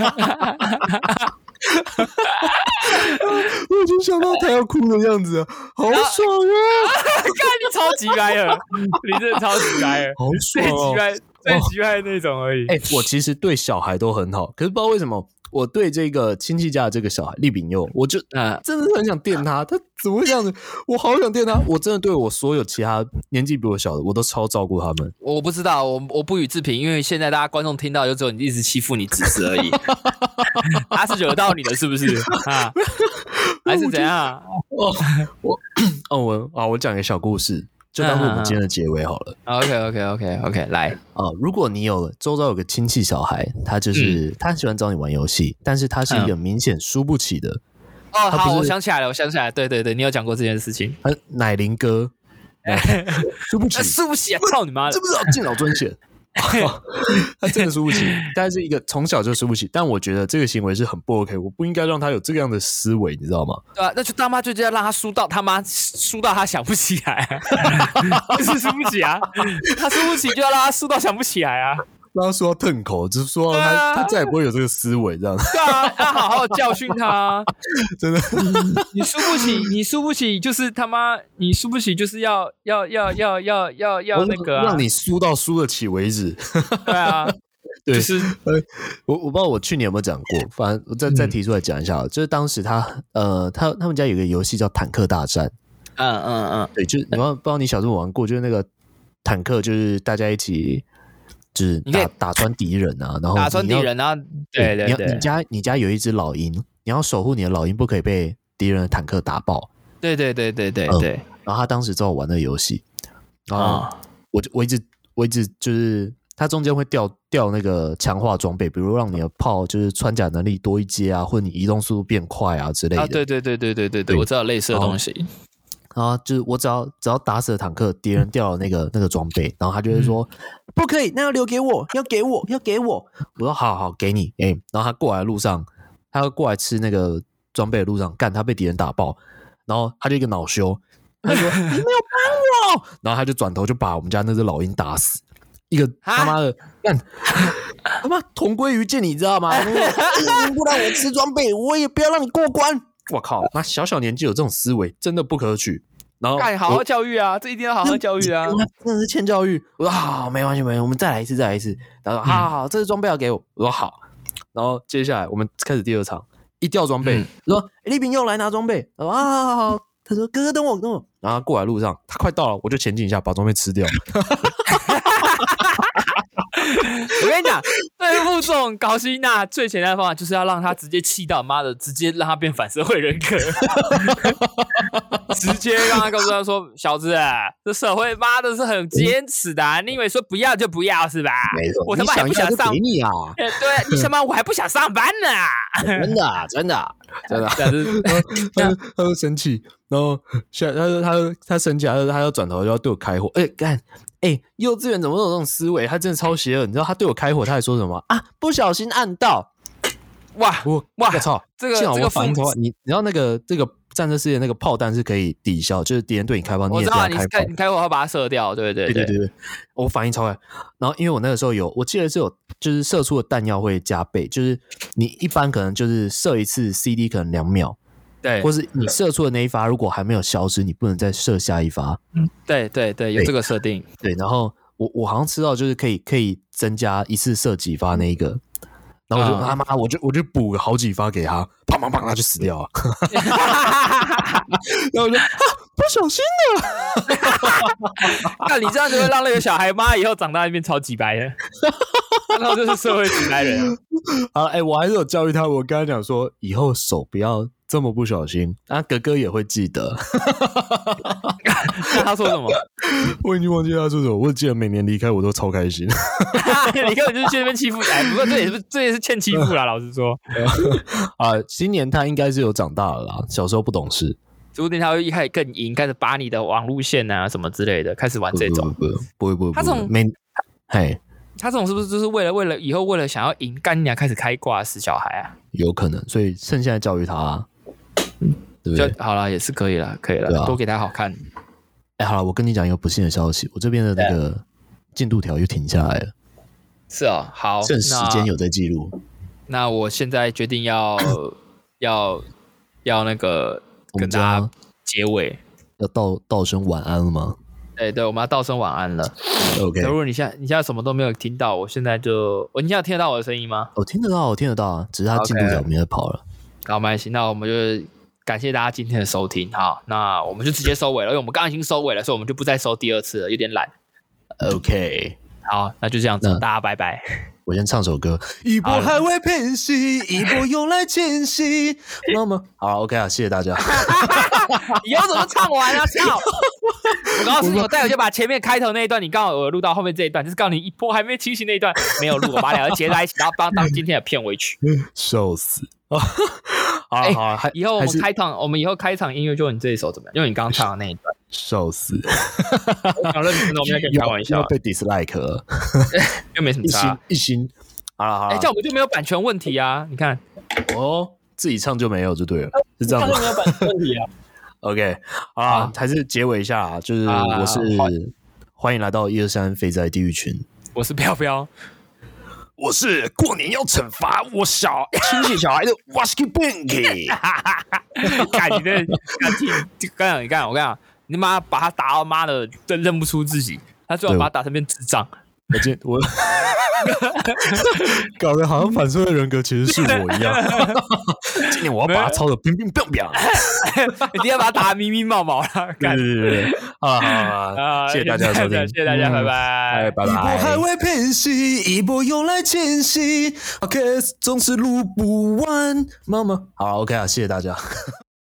S2: 我就想到他要哭的样子，好爽啊！
S1: 看你超级掰了，你真的超级掰了，
S2: 好爽哦！
S1: 最奇怪的那种而已。
S2: 哎、欸，我其实对小孩都很好，可是不知道为什么。我对这个亲戚家的这个小孩利炳佑，我就呃真的是很想电他，他怎么会这样子？我好想电他！我真的对我所有其他年纪比我小的，我都超照顾他们。
S1: 我不知道，我我不予置评，因为现在大家观众听到就只有你一直欺负你侄子而已，他是惹到你了是不是？啊，还是怎样？
S2: 哦，我哦我啊，我讲一个小故事。就当做我们今天的结尾好了。
S1: OK OK OK OK， 来
S2: 啊、呃！如果你有周遭有个亲戚小孩，他就是、嗯、他很喜欢找你玩游戏，但是他是一个明显输不起的。
S1: 哦，好，我想起来了，我想起来了，对对对，你有讲过这件事情。
S2: 他奶林哥，输不起，
S1: 输不起啊！操你妈的，
S2: 知不知道敬老尊贤？他真的输不起，但是一个从小就输不起，但我觉得这个行为是很不 OK， 我不应该让他有这样的思维，你知道吗？
S1: 对啊，那就他妈就要让他输到他妈输到他想不起来，就是输不起啊，他输不起就要让他输到想不起来啊。
S2: 让他说到腾口，就是说他、啊、他再也不会有这个思维，这样。
S1: 对啊，要好好教训他。
S2: 真的，
S1: 你输不起，你输不起，就是他妈，你输不起，就是要要要要要要要那个、啊，
S2: 让你输到输得起为止。
S1: 对啊，
S2: 对，
S1: 就是
S2: 呃，我我不知道我去年有没有讲过，反正我再再提出来讲一下，嗯、就是当时他呃，他他们家有个游戏叫坦克大战，
S1: 嗯嗯嗯，
S2: 对，就是你不知道你小时候玩过，就是那个坦克，就是大家一起。就是打打穿敌人啊，然后
S1: 打穿敌人啊，对对对，
S2: 你你家你家有一只老鹰，你要守护你的老鹰，不可以被敌人的坦克打爆。
S1: 对对对对对对、嗯。
S2: 然后他当时找我玩那个游戏，然后我就我一直我一直就是它中间会掉掉那个强化装备，比如让你的炮就是穿甲能力多一阶啊，或者你移动速度变快啊之类的。
S1: 啊，对对对对对对对，我知道类似的东西。
S2: 然后就是我只要只要打死了坦克，敌人掉了那个那个装备，然后他就会说、嗯、不可以，那要留给我，要给我，要给我。我说好好给你，哎、欸，然后他过来的路上，他要过来吃那个装备的路上，干他被敌人打爆，然后他就一个恼羞，他说你没有帮我，然后他就转头就把我们家那只老鹰打死，一个他妈的干他妈同归于尽，你知道吗？那个不让我吃装备，我也不要让你过关。我靠！那小小年纪有这种思维，真的不可取。然后
S1: 干好好教育啊，这一定要好好教育啊！
S2: 真的是欠教育。我说好，没关系，没关系，我们再来一次，再来一次。他说好好好，这个装备要给我。我说好。然后接下来我们开始第二场，一掉装备，嗯、说李炳又来拿装备。我说啊，好好好。他说哥哥等我，等我。然后过来路上，他快到了，我就前进一下，把装备吃掉。
S1: 我跟你讲，对付这种高希娜最简单的方法，就是要让他直接气到妈的，直接让他变反社会人格，直接让他告诉他说：“小子、啊，这社会妈的是很坚持的、啊，你以为说不要就不要是吧？
S2: 没错，
S1: 我他妈还不想上，
S2: 给你啊！
S1: 对，你他妈我还不想上班呢！
S2: 真的，真的，真的，他就他就生气，然后下他就他就他生气，他就他要转头就要对我开火，哎干。”哎、欸，幼稚园怎么有这种思维？他真的超邪恶！你知道他对我开火，他还说什么啊？不小心按到，哇！我哇！我操！这个幸好我反应超快。你你知道那个这个战争世界那个炮弹是可以抵消，就是敌人对你开炮，你也对他开炮。
S1: 我知道你开火要把它射掉，对对
S2: 对对对对。我反应超快。然后因为我那个时候有，我记得是有，就是射出的弹药会加倍，就是你一般可能就是射一次 C D 可能两秒。
S1: 对，
S2: 或是你射出的那一发，如果还没有消失，你不能再射下一发。
S1: 嗯，对对对，有这个设定。
S2: 对，然后我我好像知道，就是可以可以增加一次射几发那一个，然后我就他妈、嗯啊，我就我就补个好几发给他，砰砰砰，他就死掉了。然后我就啊，不小心的。
S1: 那你这样就会让那个小孩妈以后长大变超级白的，然后就是社会几白人。
S2: 好，哎、欸，我还是有教育他，我跟他讲说，以后手不要这么不小心，啊，哥哥也会记得。
S1: 那他说什么？
S2: 我已经忘记他说什么，我记得每年离开我都超开心。
S1: 你根本就是去那边欺负，哎，不过这也是这也是欠欺负啦，老实说。
S2: 啊，今年他应该是有长大了啦，小时候不懂事。
S1: 说不定他会一开始更赢，开始把你的网路线啊什么之类的，开始玩这种。
S2: 不不会不会，
S1: 他这种
S2: 没，嘿。
S1: 他这种是不是就是为了为了以后为了想要赢干你啊开始开挂死小孩啊？
S2: 有可能，所以趁现在教育他、啊，嗯，对不对？
S1: 就好了，也是可以了，可以了、啊，多给他好看。
S2: 哎、欸，好了，我跟你讲一个不幸的消息，我这边的那个进度条又停下来了。
S1: 是哦，好，
S2: 剩时间有在记录。
S1: 那我现在决定要要要那个跟大家结尾，
S2: 要道道声晚安了吗？
S1: 对对，我们要道声晚安了。
S2: OK，
S1: 如果你现在你现在什么都没有听到，我现在就，我你现在听得到我的声音吗？
S2: 我听得到，我听得到啊，只是它进度条没在跑了。
S1: 好，没关系，那我们就感谢大家今天的收听。好，那我们就直接收尾了，因为我们刚刚已经收尾了，所以我们就不再收第二次了，有点懒。
S2: OK，
S1: 好，那就这样子，大家拜拜。
S2: 我先唱首歌，一波还未平息，一波又来侵袭。那么好 ，OK 啊，谢谢大家。
S1: 以后怎么唱完啊？操！我告诉你，我待会就把前面开头那一段，你刚好有录到后面这一段，就是告诉你一波还没清醒那一段没有录，我把两个结在一起，然后当当今天的片尾曲。
S2: 笑死！好
S1: 欸、
S2: 好好，
S1: 以后我们开场，我们以后开场音乐就你这一首怎么样？因为你刚刚唱的那一段。
S2: 笑死！
S1: 我想认真的，我们在跟你开玩笑。
S2: 要被 dislike 了，
S1: 又没什么差，
S2: 一星一星。好了好了，
S1: 哎、欸，这样我们就没有版权问题啊！你看，
S2: 哦，自己唱就没有就对了，是这样吗？
S1: 唱就没有版权问题啊。
S2: OK， 好啦，还是结尾一下啊，就是我是、啊、欢迎来到一二三肥仔地狱群，
S1: 我是飘飘，
S2: 我是过年要惩罚我小亲戚小孩的 Wasky Banky，
S1: 看你的，刚讲你看我跟你讲，你妈把他打到妈的真认不出自己，他最好把他打成变智障。
S2: 我今我搞得好像反社会人格其实是我一样。今年我要把他操的乒乒乓乓，
S1: 一定要把他打迷迷毛毛了。
S2: 对对对对，好好好，谢谢大家的收听，
S1: 谢谢大家，拜拜，
S2: 拜拜。一波还未平息，一波又来侵袭 ，OK， 总是录不完，妈妈，好 ，OK 啊，谢谢大家。